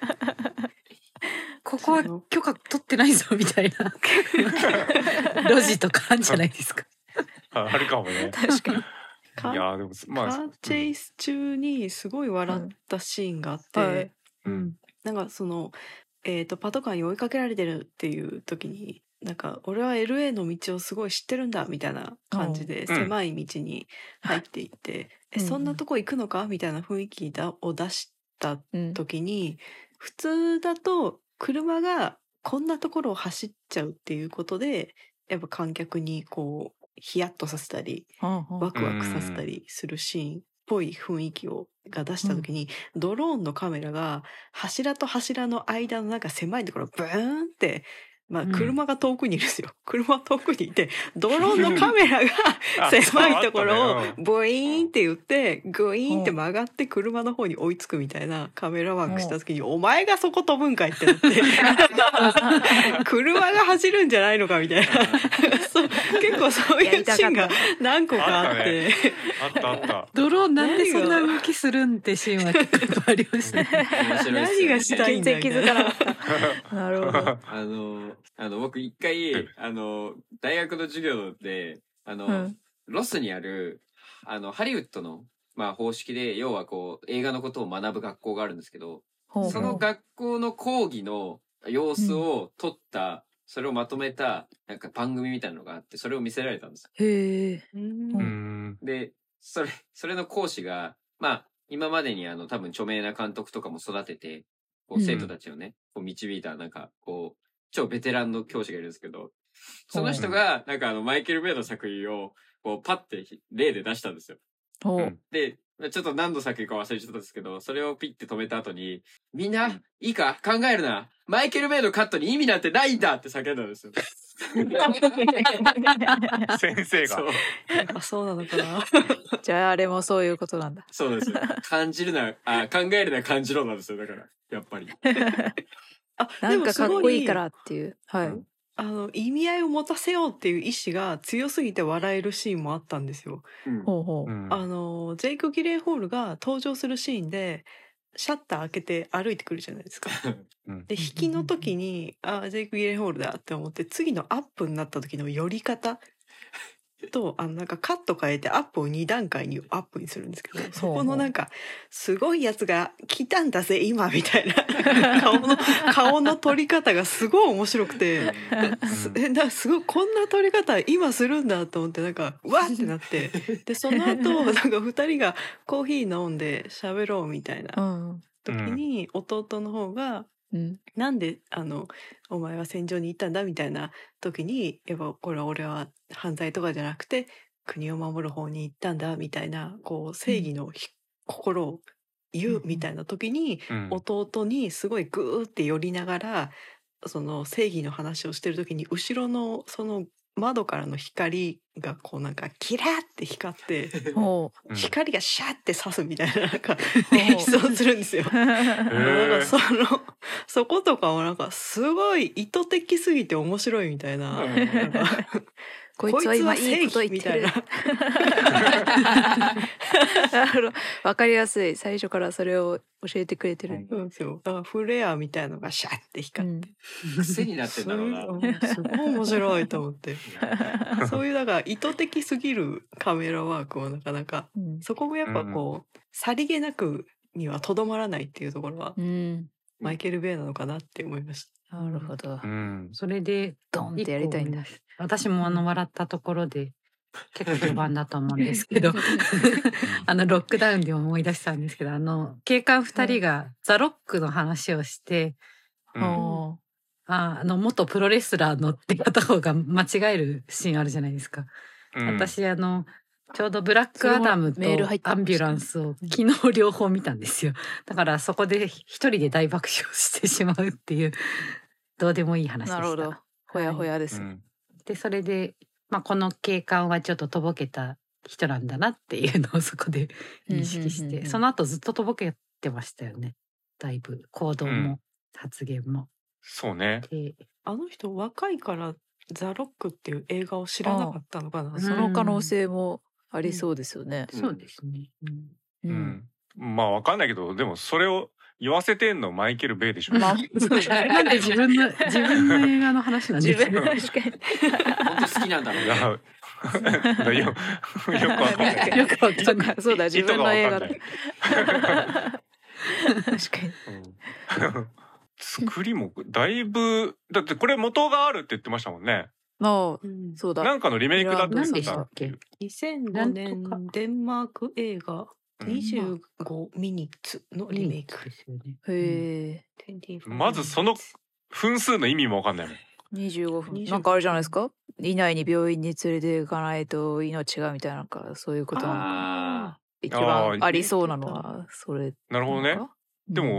ここは許可取ってないぞみたいな路地とかあるんじゃないですか。 あるかもね。 確かに。 いやでもまあカーチェイス中にすごい笑ったシーンがあって、 はいうんなんかそのパトカーに追いかけられてるっていう時になんか俺は LA の道をすごい知ってるんだみたいな感じでうん狭い道に入っていって、そんなとこ行くのかみたいな雰囲気を出したうん時に、普通だと車がこんなところを走っちゃうっていうことでやっぱ観客にこうヒヤッとさせたりワクワクさせたりするシーンっぽい雰囲気が出した時に、ドローンのカメラが柱と柱の間のなんか狭いところをブーンって車が遠くにいるんですよ。車遠くにいて、ドローンのカメラが狭いところをボイーンって言って、グイーンって曲がって車の方に追いつくみたいなカメラワークした時に、お前がそこ飛ぶんかいってなって、車が走るんじゃないのかみたいな。結構そういうシーンが何個かあって。 あった。 ドローンなんでそんな動きするんってシーンは結構ありましたね。 何がしたいんだ全然気づかなかった。なるほど。 僕一回、大学の授業で、ロスにある、ハリウッドの、方式で、要はこう、映画のことを学ぶ学校があるんですけど、その学校の講義の様子を撮った、それをまとめた、なんか番組みたいなのがあって、それを見せられたんですよ。 へえ。 で、それの講師が、今までに多分著名な監督とかも育てて、こう生徒たちをね、こう導いた、なんか、こう、超ベテランの教師がいるんですけど、その人が、なんかマイケル・ベイの作品を、こう、パッて例で出したんですよ。で、ちょっと何の作品か忘れちゃったんですけど、それをピッて止めた後に、みんな、いいか考えるな。マイケル・ベイのカットに意味なんてないんだって叫んだんですよ。 先生が。 そうなのかな。 じゃああれもそういうことなんだ。 そうです。感じるな、考えるな、感じろなんですよ。だから、やっぱり。 なんかかっこいいからっていう。はい。 意味合いを持たせようっていう意志が強すぎて笑えるシーンもあったんですよ。 ほうほう。 ジェイク・ギレンホールが登場するシーンで、シャッター開けて歩いてくるじゃないですか。で、引きの時に、ジェイク・ギレンホールだって思って、次のアップになった時の寄り方と、なんかカット変えてアップを2段階にアップにするんですけど、そこのなんか、すごいやつが来たんだぜ、今、みたいな顔の撮り方がすごい面白くて、すごいこんな撮り方今するんだと思って、なんか、わーってなって、で、その後、なんか2人がコーヒー飲んで喋ろうみたいな時に、弟の方が、なんでお前は戦場に行ったんだみたいな時に、やっぱこれは俺は犯罪とかじゃなくて国を守る方に行ったんだみたいな、こう正義の心を言うみたいな時に、弟にすごいグーって寄りながらその正義の話をしてる時に、後ろのその窓からの光がこうなんかキラーって光って光がシャーって刺すみたいな、なんか演出をするんですよ。なんかそことかもなんかすごい意図的すぎて面白いみたいな。なんかこいつは今いいこと言ってる。わかりやすい。最初からそれを教えてくれてる。 そうですよ。だからフレアみたいのがシャッて光って、 癖になってんだろうな。 すごい面白いと思って。そういうだから意図的すぎるカメラワークをなかなか、そこもやっぱこう、さりげなくにはとどまらないっていうところは、マイケル・ベイなのかなって思いました。 なるほど。 それでドンってやりたいんだ。 私も笑ったところで結構序盤だと思うんですけどロックダウンで思い出したんですけど、警官2人がザ・ロックの話をして、元プロレスラーのって片方が間違えるシーンあるじゃないですか。私ちょうどブラックアダムとアンビュランスを昨日両方見たんですよ。だからそこで一人で大爆笑してしまうっていうどうでもいい話でした。 なるほど。ほやほやです。 でそれで、この警官はちょっととぼけた人なんだなっていうのをそこで認識して、その後ずっととぼけてましたよね。だいぶ行動も発言も。 そうね。 あの人若いからザ・ロックっていう映画を知らなかったのかな。 その可能性もありそうですよね。 そうですね。 わかんないけど、でもそれを言わせてんのマイケル・ベイでしょ。 なんで自分の映画の話なんですか。 確かに。 本当好きなんだろう。 よくわかんない。 よくわかんない。 そうだ、自分の映画だ。確かに。 作りもだいぶ、だってこれ元があるって言ってましたもんね。 そうだ。 なんかのリメイクだったんでしたっけ。 2005年デンマーク映画25ミニッツのリメイクですよね。 へえ。まずその分数の意味もわかんないもん。 25分。なんかあれじゃないですか。以内に病院に連れて行かないと命がみたいな、なんかそういうことなのか。一番ありそうなのはそれ。 なるほどね。でも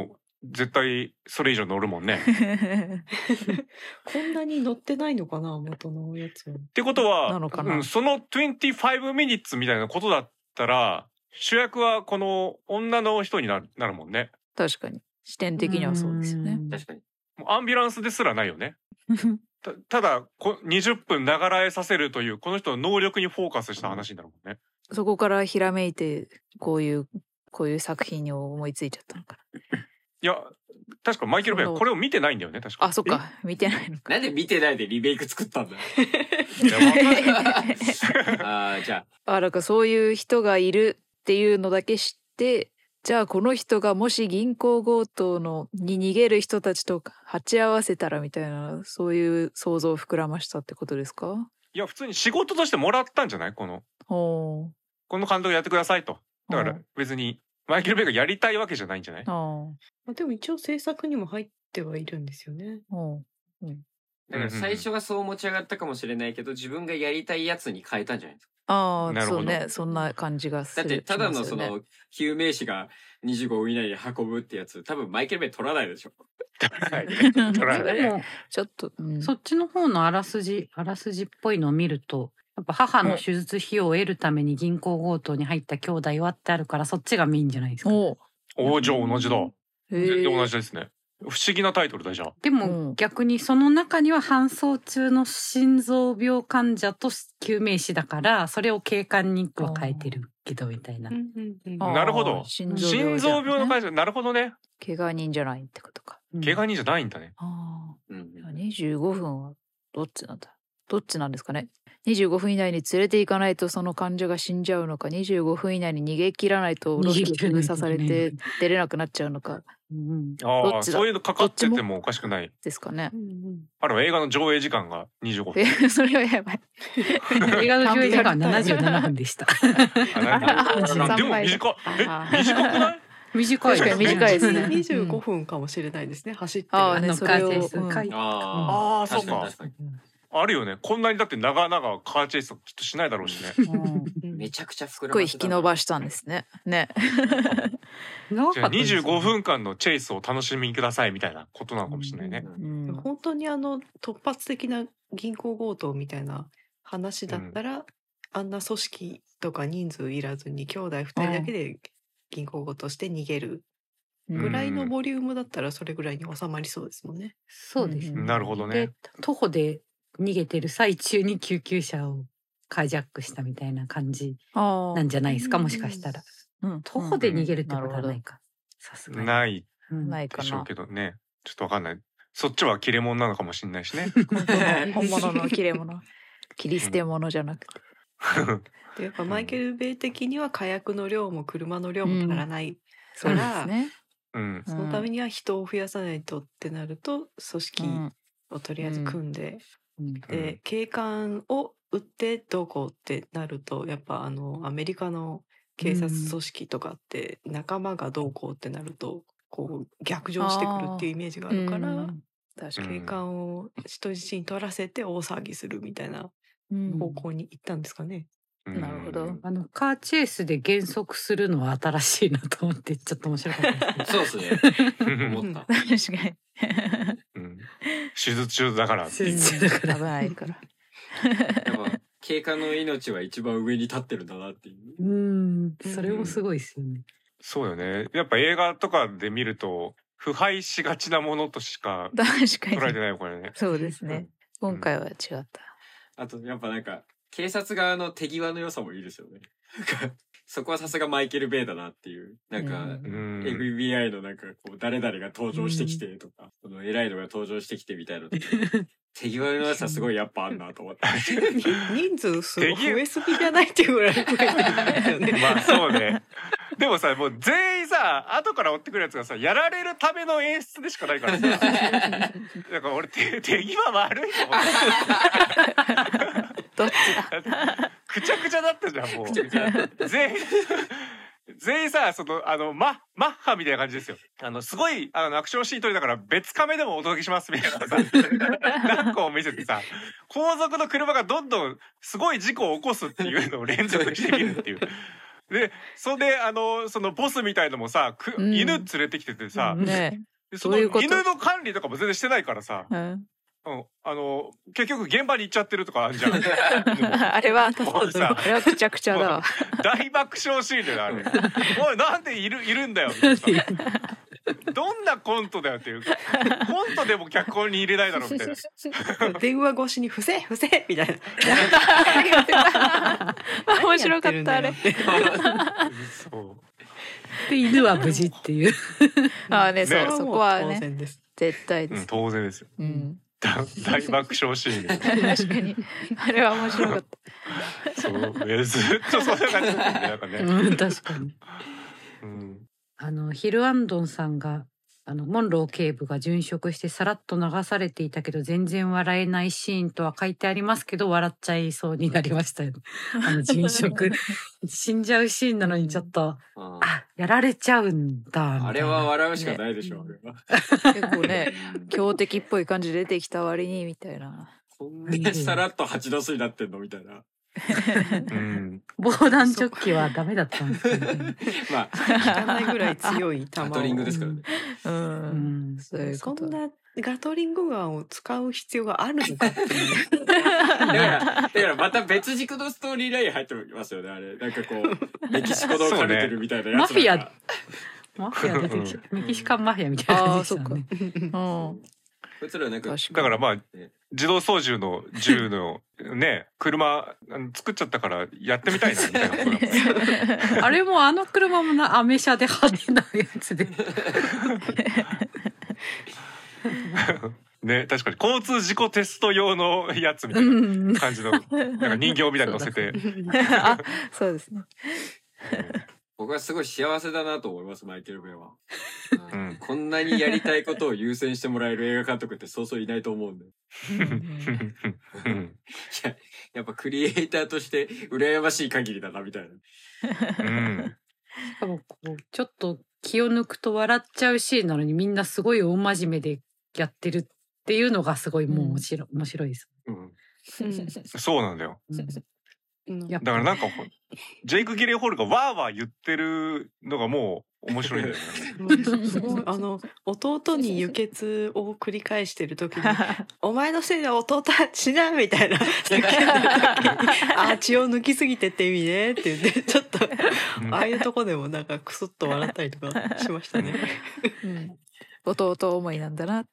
絶対それ以上乗るもんね。 こんなに乗ってないのかな元のやつは。 ってことはなのかなその25 minutes みたいなことだったら主役はこの女の人になるもんね。 確かに視点的にはそうですよね。 確かに。 もうアンビュランスですらないよね。ただ20分ながらえさせるというこの人の能力にフォーカスした話になるもんね。 そこからひらめいてこういう作品に思いついちゃったのかな。 いや確かマイケル・ベイはこれを見てないんだよね確か。 あ、そっか、見てないのか。 なんで見てないでリメイク作ったんだ。 いやわかんないじゃあだからそういう人がいるっていうのだけ知って、じゃあこの人がもし銀行強盗に逃げる人たちと鉢合わせたらみたいな、そういう想像を膨らましたってことですか？ いや普通に仕事としてもらったんじゃないこの監督やってくださいと。だから別にマイケル・ベイがやりたいわけじゃないんじゃない？ でも一応制作にも入ってはいるんですよね。 だから最初はそう持ち上がったかもしれないけど、自分がやりたいやつに変えたんじゃないですか。 なるほどそうね、そんな感じがする。 だってただのその比喩名詞が25分以内に運ぶってやつ、多分マイケル・ベイ取らないでしょ。 取らないでもちょっと、 そっちの方のあらすじっぽいのを見ると、やっぱ母の手術費用を得るために銀行強盗に入った兄弟はってあるから、そっちがメインじゃないですか。 じゃあ同じだ。同じですね。不思議なタイトルだじゃあ。 でも逆にその中には搬送中の心臓病患者と救命士だから、それを警官には変えてるけどみたいな。 なるほど。心臓病の患者、なるほどね。 怪我人じゃないってことか。 怪我人じゃないんだね。 25分はどっちなんですかね。25分以内に連れて行かないとその患者が死んじゃうのか、25分以内に逃げ切らないとロキ封鎖されて出れなくなっちゃうのか。 そういうのかかっててもおかしくないですかね。 あれは映画の上映時間が25分。 それはやばい。 映画の上映時間77分でした。 でも短くない？ 短い。 確かに短いですね。 25分かもしれないですね。走ってる。 それをそうか。あるよね。こんなにだって長々カーチェイスきっとしないだろうしね。 めちゃくちゃ膨らませた。 すごい引き伸ばしたんですね。ね。 じゃあ25分間のチェイスを楽しみくださいみたいなことなのかもしれないね。 本当に突発的な銀行強盗みたいな話だったら、あんな組織とか人数いらずに兄弟2人だけで銀行強盗して逃げるぐらいのボリュームだったら、それぐらいに収まりそうですもんね。 そうですね。 なるほどね。 で徒歩で逃げてる最中に救急車をカイジャックしたみたいな感じなんじゃないですか、もしかしたら。徒歩で逃げるってことはないか。さすがに。 ないかな。 でしょうけどね。ちょっとわかんない。そっちは切れ者なのかもしれないしね。 本物の切れ者。切り捨て者じゃなくて。 でやっぱマイケル・ベイ的には火薬の量も車の量も足らないから、そのためには人を増やさないとってなると、組織をとりあえず組んで、で警官を撃ってどうこうってなると、やっぱアメリカの警察組織とかって仲間がどうこうってなるとこう逆上してくるっていうイメージがあるから、警官を人質に取らせて大騒ぎするみたいな方向に行ったんですかね。 なるほど。 カーチェイスで減速するのは新しいなと思ってちょっと面白かったです。 そうですね。思った。 確かに。 手術中だからっていう。 危ないから。 やっぱ警官の命は一番上に立ってるんだなっていう。 それもすごいですよね。 そうよね。やっぱ映画とかで見ると腐敗しがちなものとしか捉えてないよこれね。 そうですね。今回は違った。 あとやっぱなんか警察側の手際の良さもいいですよね。そこはさすがマイケル・ベイだなっていう。なんか、FBI のなんかこう、誰々が登場してきてとか、その偉いのが登場してきてみたいな。手際の良さすごいやっぱあんなと思って。 人数増えすぎじゃないっていうぐらい増えてるんですよね。 まあそうね。でもさ、もう全員さ、後から追ってくるやつがさ、やられるための演出でしかないからさ。だから俺手際悪いと思って。 どっちだ。 くちゃくちゃだったじゃんもう。全員さ、マッハみたいな感じですよ。すごいアクションシーン撮りだから別カメでもお届けしますみたいなさ、何個を見せてさ、後続の車がどんどんすごい事故を起こすっていうのを連続してみるっていう。でそれでそのボスみたいのもさ、犬連れてきててさ、 そのどういうこと犬の管理とかも全然してないからさ、 うん、 結局現場に行っちゃってるとかあるじゃん。 あれはもうさあれはくちゃくちゃだわ。 大爆笑シーンだよねあれ。おいなんでいるんだよみたいなさ。どんなコントだよっていう。コントでも脚本に入れないだろうみたいな。 電話越しに伏せ伏せみたいな。 面白かったあれ。 そう。 で犬は無事っていう。 あね、そう、 ねそこは当ね然です。 絶対です。 当然ですよ。 うん、 大爆笑シーンで。 確かにあれは面白かった。 そうずっとそんな感じだったんでなんかね。 確かに。 うんヒルアンドンさんがモンロー警部が殉職してさらっと流されていたけど全然笑えないシーンとは書いてありますけど笑っちゃいそうになりましたよね。殉職死んじゃうシーンなのにちょっとやられちゃうんだみたいな。 あれは笑うしかないでしょ、あれは。 結構ね強敵っぽい感じで出てきた割にみたいな。 こんなにさらっと8度数になってんのみたいな。 防弾チョッキはダメだったんですけどね。 まあ、 効かないぐらい強い弾を。 ガトリングですからね。 そういうこと。 そんなガトリングガンを使う必要があるのかっていう。 だからまた別軸のストーリーライン入ってますよね、あれ。なんかこう、メキシコのカルテルみたいなやつらが。 マフィア出てきてメキシカンマフィアみたいな感じでしたね。 こいつらなんかだからまあ自動操縦の銃のね車作っちゃったからやってみたいなみたいなことだもん。 あれも車もアメ車で派手なやつで。 ね、確かに交通事故テスト用のやつみたいな感じのなんか人形みたいに乗せて。 あ、そうですね。 僕はすごい幸せだなと思います、マイケル・ベイは。こんなにやりたいことを優先してもらえる映画監督ってそうそういないと思うんで。やっぱクリエイターとして羨ましい限りだなみたいな。 しかもこうちょっと気を抜くと笑っちゃうシーンなのにみんなすごい大真面目でやってるっていうのがすごいもう面白いです。 そうなんだよ。 だからなんかジェイク・ギレンホールがわーわー言ってるのがもう面白いんだよね。 すごい弟に輸血を繰り返してる時に「お前のせいで弟は死な」みたいな血を抜きすぎてって意味ねって言ってちょっとああいうとこでもなんかクスッと笑ったりとかしましたね。 弟思いなんだなって。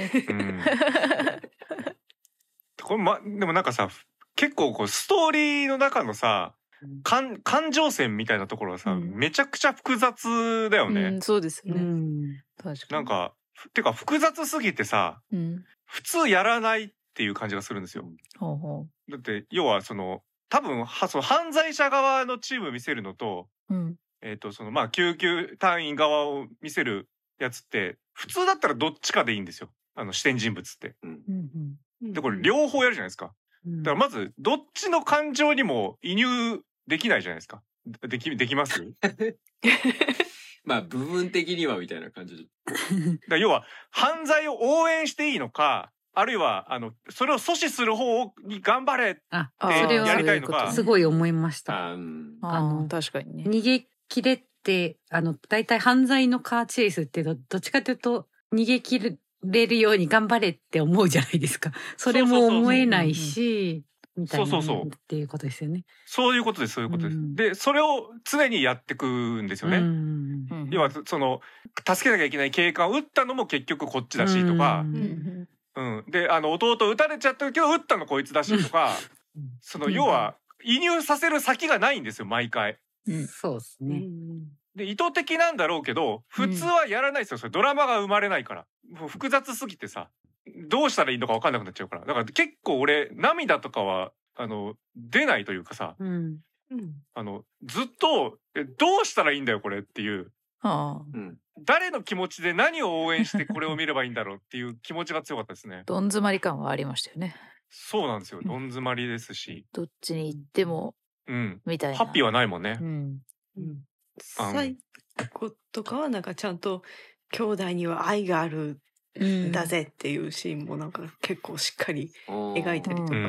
これでもなんかさ結構こうストーリーの中のさ感情線みたいなところはさ、めちゃくちゃ複雑だよね。 そうですね。 確かに。なんかてか複雑すぎてさ、普通やらないっていう感じがするんですよ。だって要は多分その犯罪者側のチーム見せるのと、救急隊員側を見せるやつって普通だったらどっちかでいいんですよ。視点人物って。でこれ両方やるじゃないですか。だからまずどっちの感情にも移入できないじゃないですか。できますまあ部分的にはみたいな感じで。 だ要は犯罪を応援していいのか、あるいはそれを阻止する方に頑張れってやりたいのか。 すごい思いました。 確かにね。 逃げ切れってだいたい犯罪のカーチェイスってどっちかというと逃げ切れるように頑張れって思うじゃないですか。それも思えないし、みたいなっていうことですよね。 そういうことです、そういうことです。で、それを常にやってくんですよね。要は助けなきゃいけない警官を撃ったのも結局こっちだしとか、で弟撃たれちゃったけど撃ったのこいつだしとか、要は移入させる先がないんですよ毎回。 そうですね。 で意図的なんだろうけど普通はやらないですよ。それドラマが生まれないから。もう複雑すぎてさどうしたらいいのか分かんなくなっちゃうから。だから結構俺涙とかは出ないというかさ、ずっとどうしたらいいんだよこれっていう、誰の気持ちで何を応援してこれを見ればいいんだろうっていう気持ちが強かったですね。 どん詰まり感はありましたよね。 そうなんですよ。どん詰まりですし、 どっちに行ってもみたいな。 ハッピーはないもんね。 最後とかはなんかちゃんと兄弟には愛があるんだぜっていうシーンもなんか結構しっかり描いたりとか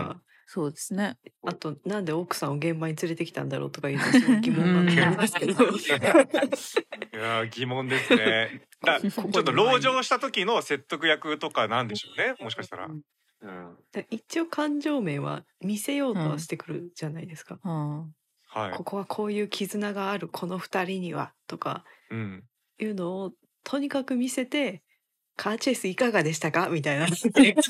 そうですね。 あとなんで奥さんを現場に連れてきたんだろうとかいうのすごい疑問がありますけどいやー疑問ですね。ちょっと籠城した時の説得役とかなんでしょうね、もしかしたら。 一応感情面は見せようとはしてくるじゃないですか、 うんはい。 ここはこういう絆があるこの二人にはとかうん。 いうのをとにかく見せてカーチェイスいかがでしたかみたいなそう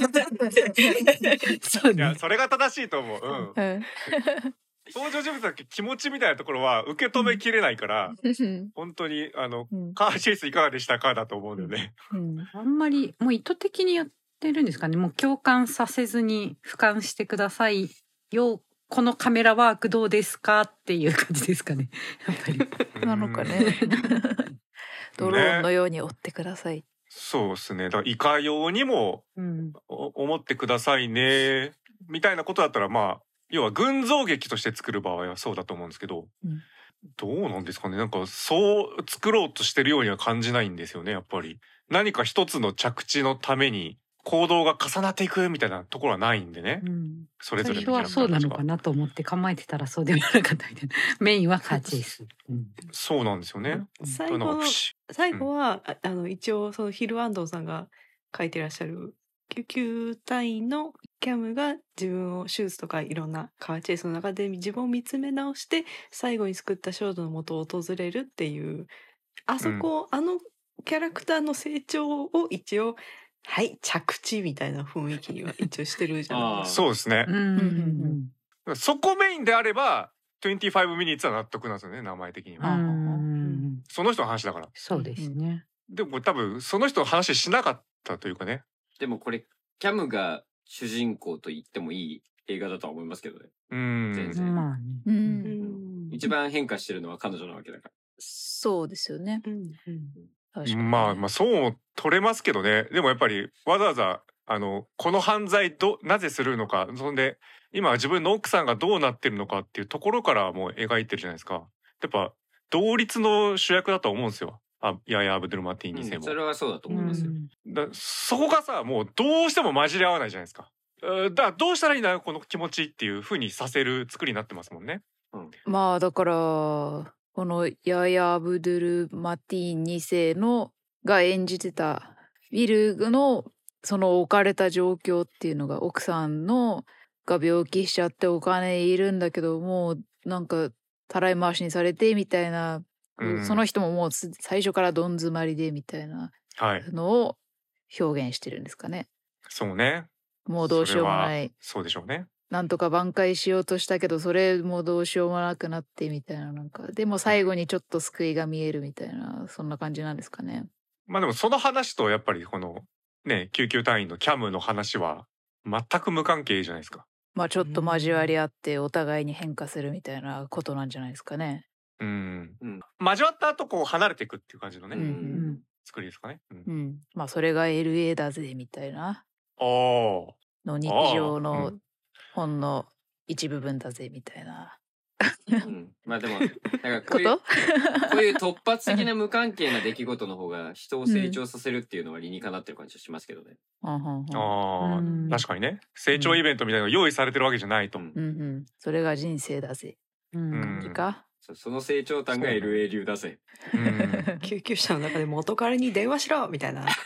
いやそれが正しいと思う。うん。 うん登場人物だけ気持ちみたいなところは受け止めきれないから、本当にうんカーチェイスいかがでしたかだと思うんだよね。 うんあんまりもう意図的にやってるんですかね。もう共感させずに俯瞰してくださいよ。このカメラワークどうですかっていう感じですかね。やっぱり。 なのかね。ドローンのように追ってください。 そうですね。だからいかようにもうん。 思ってくださいねみたいなことだったらまあ要は群像劇として作る場合はそうだと思うんですけど、 うんどうなんですかね。なんかそう作ろうとしてるようには感じないんですよね。やっぱり何か一つの着地のために行動が重なっていくみたいなところはないんでね。 うん、 それぞれ最初はそうなのかなと思って構えてたらそうでもなかったみたいな。メインはカーチェイス。うんそうなんですよね。 最後のなんか最後は、一応そのヒル・アンドンさんが書いてらっしゃる救急隊員のキャムが自分を手術とかいろんなカーチェイスの中で自分を見つめ直して最後に救った少女の元を訪れるっていうあそこ、あのキャラクターの成長を一応はい着地みたいな雰囲気には一応してるじゃないですか。 そうですね。 うんそこメインであれば25 minutes は納得なんですよね、名前的には。 うんその人の話だから。 そうですね。 でも多分その人の話しなかったというかね。 でもこれキャムが主人公と言ってもいい映画だとは思いますけどね。全然まあね。 ううんん一番変化してるのは彼女なわけだから。 そうですよね。 うん確かにねまあそう取れますけどね。でもやっぱりわざわざこの犯罪なぜするのか、そんで今自分の奥さんがどうなってるのかっていうところからもう描いてるじゃないですか。やっぱ同率の主役だと思うんですよ。ヤヤ・アブドゥル・マティーン2世も。 それはそうだと思いますよ。 そこがさもうどうしても混じり合わないじゃないですか。だからどうしたらいいんだよこの気持ちっていう風にさせる作りになってますもんね。 まあだからこのヤヤ・アブドゥル・マティーン2世のが演じてたウィルのその置かれた状況っていうのが奥さんのが病気しちゃってお金いるんだけどもうなんかたらい回しにされてみたいな、その人ももう最初からどん詰まりでみたいなのを表現してるんですかね。 そうね。 もうどうしようもない。 そうでしょうね。 なんとか挽回しようとしたけどそれもどうしようもなくなってみたいな、なんかでも最後にちょっと救いが見えるみたいな、そんな感じなんですかね。 まあでもその話とやっぱりこのね救急隊員のキャムの話は全く無関係じゃないですか。 まあちょっと交わり合ってお互いに変化するみたいなことなんじゃないですかね。 交わった後こう離れていくっていう感じのね、 うん作りですかね。 まあそれが LA だぜみたいなの日常のほんの一部分だぜみたいな。 まあでもなんかこういう突発的な無関係な出来事の方が人を成長させるっていうのは理にかなってる感じがしますけどね。 確かにね、成長イベントみたいなのが用意されてるわけじゃないと。 それが人生だぜ。感じか。 その成長感が LA 流だぜ。 救急車の中で元彼に電話しろみたいな。 あ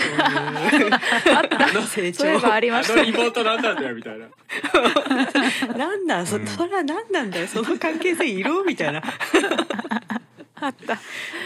った成長。 そういえばありましたね。 妹なんなんだよみたいな。 なんだそれは何なんだよその関係性いるみたいな。 あった。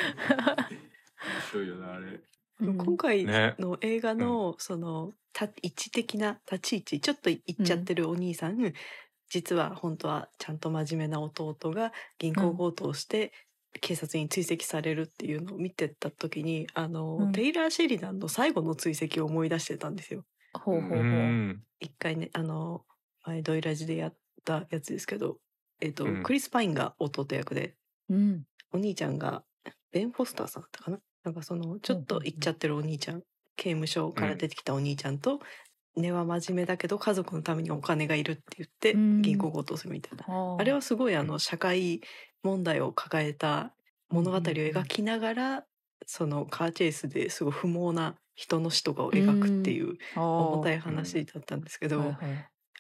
そうよなあれ。 今回の映画のその位置的な立ち位置ちょっと言っちゃってるお兄さん、実は本当はちゃんと真面目な弟が銀行強盗をして警察に追跡されるっていうのを見てた時にテイラー・シェリダンの最後の追跡を思い出してたんですよ。一回ね前ドイラジでやったやつですけど、クリス・パインが弟役で、お兄ちゃんがベン・フォスターさんだったかな。なんかそのちょっと行っちゃってるお兄ちゃん、刑務所から出てきたお兄ちゃんと、根は真面目だけど家族のためにお金がいるって言って銀行強盗するみたいな、あれはすごい社会問題を抱えた物語を描きながら、そのカーチェイスですごい不毛な人の死とかを描くっていう重たい話だったんですけど、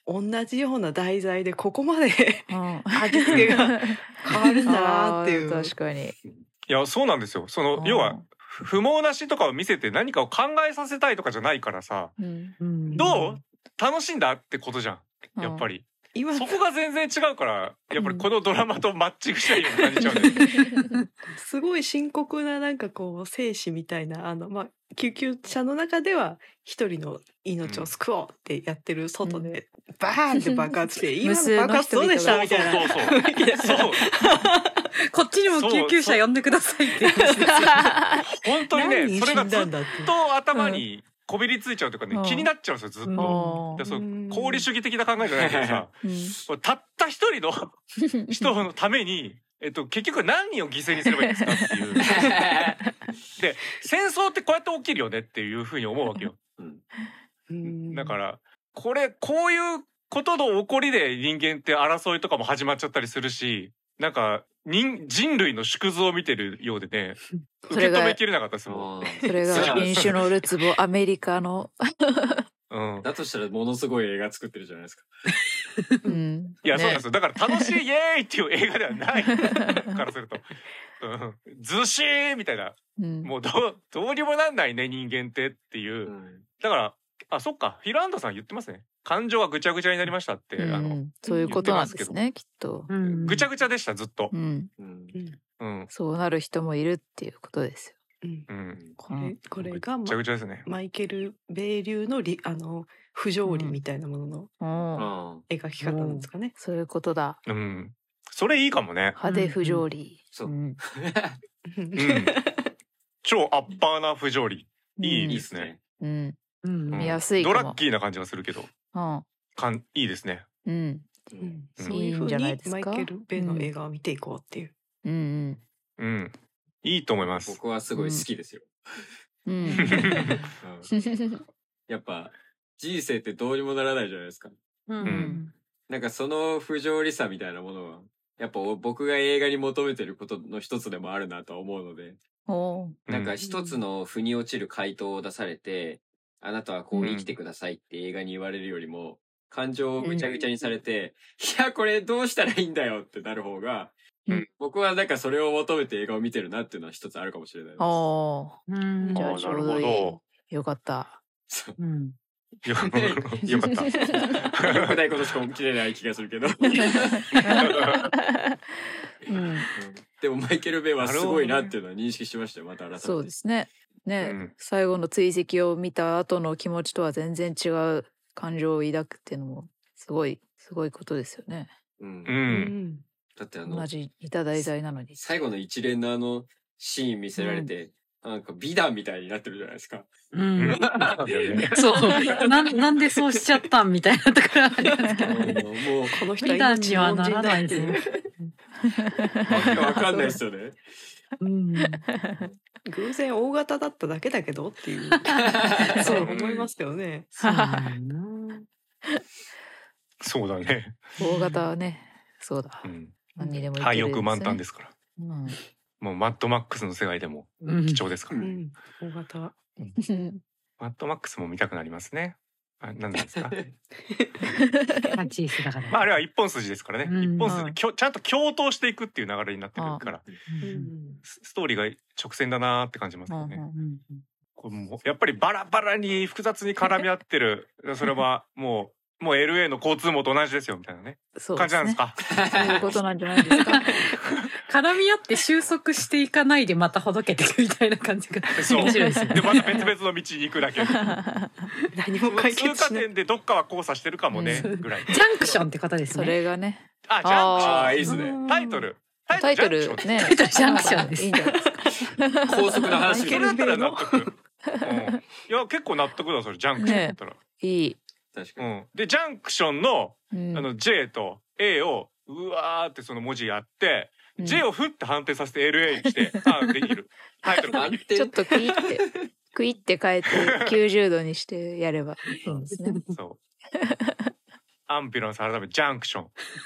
同じような題材でここまでうん味付けが変わるんだなっていうあー確かに。 いやそうなんですよ。その要は不毛なしとかを見せて何かを考えさせたいとかじゃないからさ、 うんうんどう楽しんだってことじゃんやっぱり。 今そこが全然違うからやっぱりこのドラマとマッチングしたいように感じちゃうんだよね。 すごい深刻ななんかこう生死みたいな救急車の中では一人の命を救おうってやってる外でバーンって爆発して、今の爆発どうでしたみたいな。 そうこっちにも救急車呼んでくださいって言うんですよ。 本当にね何人それがずっ死んだんだってと頭にこびりついちゃうというかね、 うん気になっちゃうんですよずっと。 うんでそう功利主義的な考えじゃないけどさうんたった一人の人のために、結局何人を犠牲にすればいいんですかっていう。で戦争ってこうやって起きるよねっていうふうに思うわけよ。だからこういうことの起こりで人間って争いとかも始まっちゃったりするし、なんか人類の縮図を見てるようでね受け止めきれなかったですもん。 それが民主のるつぼアメリカの、 うん、 だとしたらものすごい映画作ってるじゃないですか。 うん、 いや、そうなんねですよ。だから楽しいイエーイっていう映画ではないからすると、ずしーみたいな、 うんもうどうにもなんないね人間ってっていう。だからそっかフィル・アンダーさん言ってますね。感情がぐちゃぐちゃになりましたって、 うんそういうことなんですねきっと、 ぐちゃぐちゃでしたずっと。 うん、そうなる人もいるっていうことですこれがぐちゃぐちゃですね。 マイケル・ベイ流の不条理みたいなもののよ。 描き方なんですかね。 そういうことだ。 それいいかもね。 派手不条理。 超アッパーな不条理。いいですね。 見やすいかも。 ドラッキーな感じがするけど。いいですね。 そういう風にマイケル・ベイの映画を見ていこうっていう。 いいと思います。 僕はすごい好きですよ。やっぱ人生ってどうにもならないじゃないですか。なんかその不条理さみたいなものはやっぱ僕が映画に求めてることの一つでもあるなと思うので、なんか一つの腑に落ちる回答を出されて、あなたはこう生きてくださいって映画に言われるよりも、感情をぐちゃぐちゃにされて、いやこれどうしたらいいんだよってなる方が、僕はなんかそれを求めて映画を見てるなっていうのは一つあるかもしれないです。 じゃあちょうどいい。よかった。 よかった。よくないことしか起きれない気がするけど。でもマイケル・ベイはすごいなっていうのは認識しましたよ。また改めて。 そうですね。最後の追跡を見た後の気持ちとは全然違う感情を抱くっていうのもすごいことですよね。 だって同じ似た題材なのに最後の一連のシーン見せられて、なんか美談みたいになってるじゃないですか。 そうなんでそうしちゃったんみたいなところありますけど、 もうこの人は美談にはならないですね。 わかんないですよね。 偶然大型だっただけだけどっていうそう思いますよね。 そうだね。 大型はね、そうだ。何にでも廃屋満タンですから。もうマッドマックスの世界でも貴重ですから。 大型。 マッドマックスも見たくなりますね。何ですか。 パチースだから。 まああれは一本筋ですからね。一本筋ちゃんと共闘していくっていう流れになってくるから、ストーリーが直線だなーって感じますよね。これもやっぱりバラバラに複雑に絡み合ってる。それはもう LA の交通網と同じですよみたいなね感じなんですか。 そういうことなんじゃないですか。 絡み合って収束していかないでまたほどけていくみたいな感じが面白いですよね。 でまた別々の道に行くだけ。 何も解決しない。 通過点でどっかは交差してるかもねぐらい。 ジャンクションってことですね。 それがね。 ジャンクション。 いいですね。 タイトルね。 ジャンクションです。 いいんじゃないですか。 高速の話。 それだったら納得。いや結構納得だそれジャンクションだったら。 いい。 確かに。 でジャンクションのJ と A をうわーってその文字やって。J をふって判定させて LA にしてできるタイトルがちょっとクイって変えて90度にしてやればいいんですね。 そうアンビュランス改めジャンクション、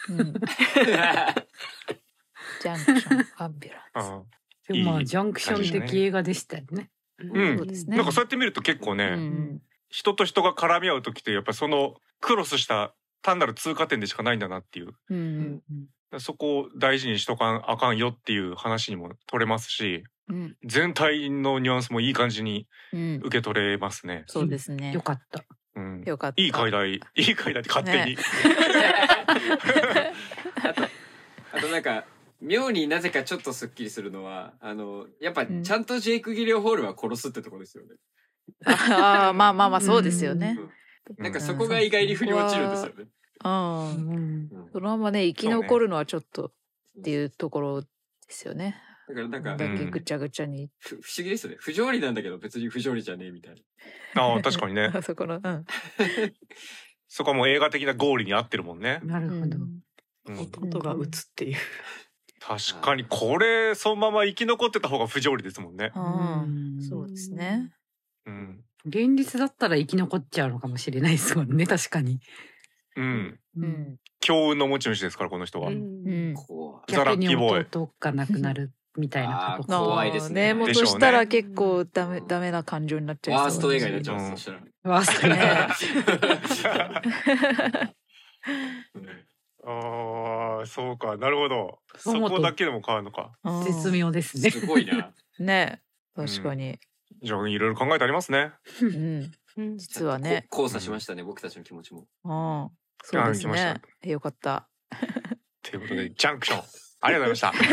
ジャンクションアンビュランス。 でもまあジャンクション的映画でしたよね。 そうですね。 なんかそうやって見ると結構ね、人と人が絡み合う時ってやっぱそのクロスした単なる通過点でしかないんだなっていう、 うんそこを大事にしとかんあかんよっていう話にも取れますし、 うん全体のニュアンスもいい感じにうん受け取れますね。 そうですねよかった。 うん、 よかった。 いい解題って勝手に、 ねあとなんか妙になぜかちょっとスッキリするのはやっぱちゃんとジェイク・ギレンホールは殺すってとこですよね。 ああまあまあまあそうですよね。 なんかそこが意外に振り落ちるんですよね。 うん。そのままね生き残るのはちょっとっていうところですよね。 だからなんかだけぐちゃぐちゃに。 不思議ですよね。不条理なんだけど別に不条理じゃねえみたいな。 ああ確かにねそこのそこはもう映画的なゴールに合ってるもんね。 なるほど。 弟が撃つっていう。 確かにこれそのまま生き残ってた方が不条理ですもんね。 そうですね。 現実だったら生き残っちゃうのかもしれないですもんね、確かに。 強運の持ち主ですからこの人は。 逆に弟がなくなるみたいなこと。 怖いですね。 もとしたら結構ダメな感情になっちゃいそう。 ワースト映画になっちゃう。そしたら。 ワースト映画。 ああそうかなるほど。そこだけでも変わるのか。 絶妙ですね。 すごいな。 ね確かに。 じゃあいろいろ考えてありますね。 実はね。 交差しましたね僕たちの気持ちも。 そうですね。よかった。 ということでジャンクションありがとうございました。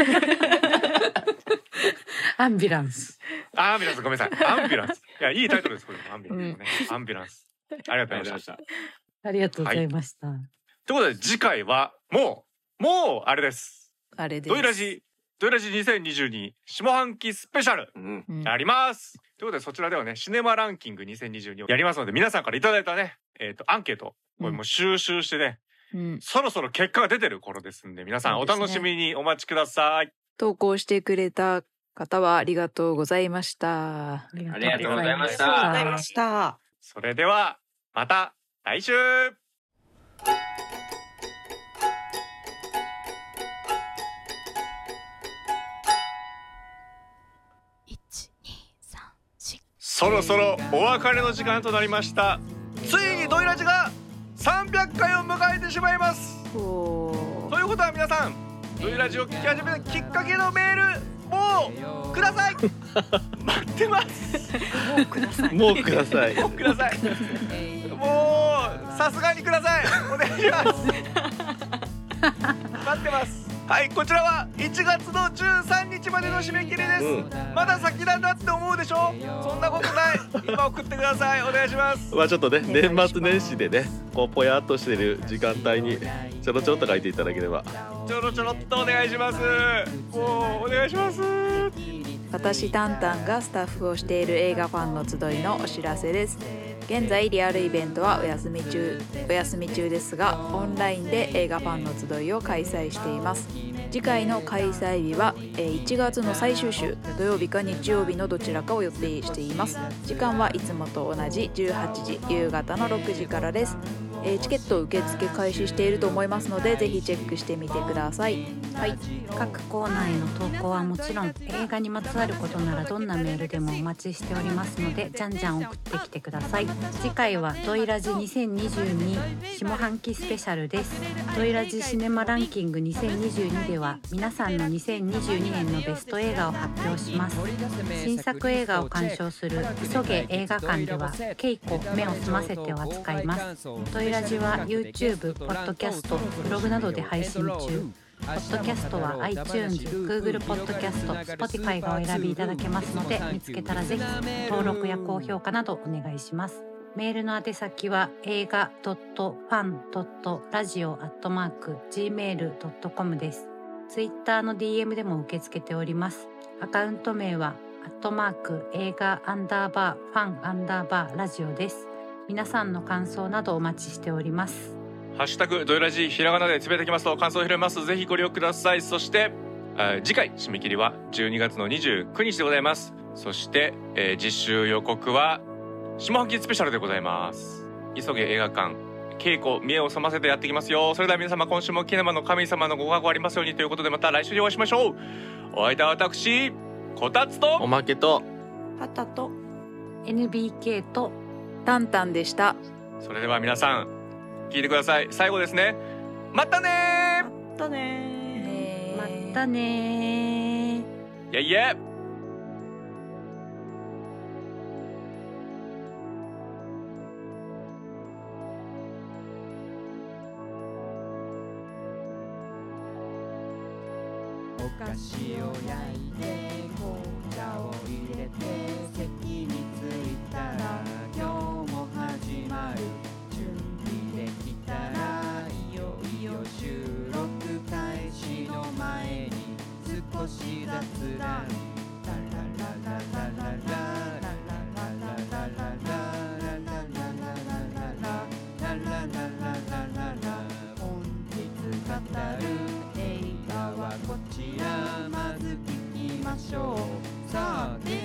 アンビュランスごめんなさい。アンビュランス。いやいいタイトルですこれアンビュランスね。アンビュランス。ありがとうございました。 ありがとうございました。 ということで次回はもうあれです。 あれです。 ドイラジ2022下半期スペシャルやります。ということでそちらではねシネマランキング2022をやりますので皆さんからいただいたねアンケートこれもう収集してね、そろそろ結果が出てる頃ですんで皆さんお楽しみにお待ちください。 投稿してくれた方はありがとうございました。 ありがとうございました。 それではまた来週。そろそろお別れの時間となりました。ついにドイラジが300回を迎えてしまいます。ということは皆さんドイラジを聞き始めたきっかけのメールもうください待ってますもうくださいもうさすがにくださいお願いします待ってます。はいこちらは1月の13日までの締め切りです、まだ先なんだって思うでしょ。そんなことない今送ってくださいお願いします。 まあちょっとね年末年始でねこうぽやっとしてる時間帯にちょろちょろっと書いていただければちょろちょろっとお願いします。もうお願いします。 私タンタンがスタッフをしている映画ファンの集いのお知らせです。現在リアルイベントはお休み中ですがオンラインで映画ファンの集いを開催しています。次回の開催日は1月の最終週土曜日か日曜日のどちらかを予定しています。時間はいつもと同じ18時夕方の6時からです。チケット受付開始していると思いますのでぜひチェックしてみてください。 各コーナーへの投稿はもちろん映画にまつわることならどんなメールでもお待ちしておりますのでじゃんじゃん送ってきてください。次回はドイラジ2022下半期スペシャルです。ドイラジシネマランキング2022では皆さんの2022年のベスト映画を発表します。新作映画を鑑賞する急げ映画館ではケイコ目を澄ませてを扱います。ドイラジは YouTube、ポッドキャスト、ブログなどで配信中。ポッドキャストは iTunes、Google ポッドキャスト、Spotify がお選びいただけますので見つけたらぜひ登録や高評価などお願いします。メールの宛先は映画.fan.radio@gmail.com です。Twitter の DM でも受け付けております。アカウント名は映画_ファン_ラジオです。皆さんの感想などお待ちしております。 ハッシュタグドイラジひらがなでつぶやいてきますと感想を拾います。ぜひご利用ください。そして次回締め切りは12月の29日でございます。そして、実習予告は下半期スペシャルでございます。急げ映画館稽古見栄を覚ませてやってきますよ。それでは皆様今週もキネマの神様のご加護ありますようにということでまた来週にお会いしましょう。お相手は私こたつとおまけとパタと NBK とタンタンでした。 それでは皆さん聞いてください。最後ですね。またねまたねまたねー。いやいや。 お菓子を焼いて紅茶を入れて席に着いたら今日も始まる準備できたらいよいよ収録開始の前に少し雑談ラララララララララララララ本日語る映画はこちらまず聞きましょうさあ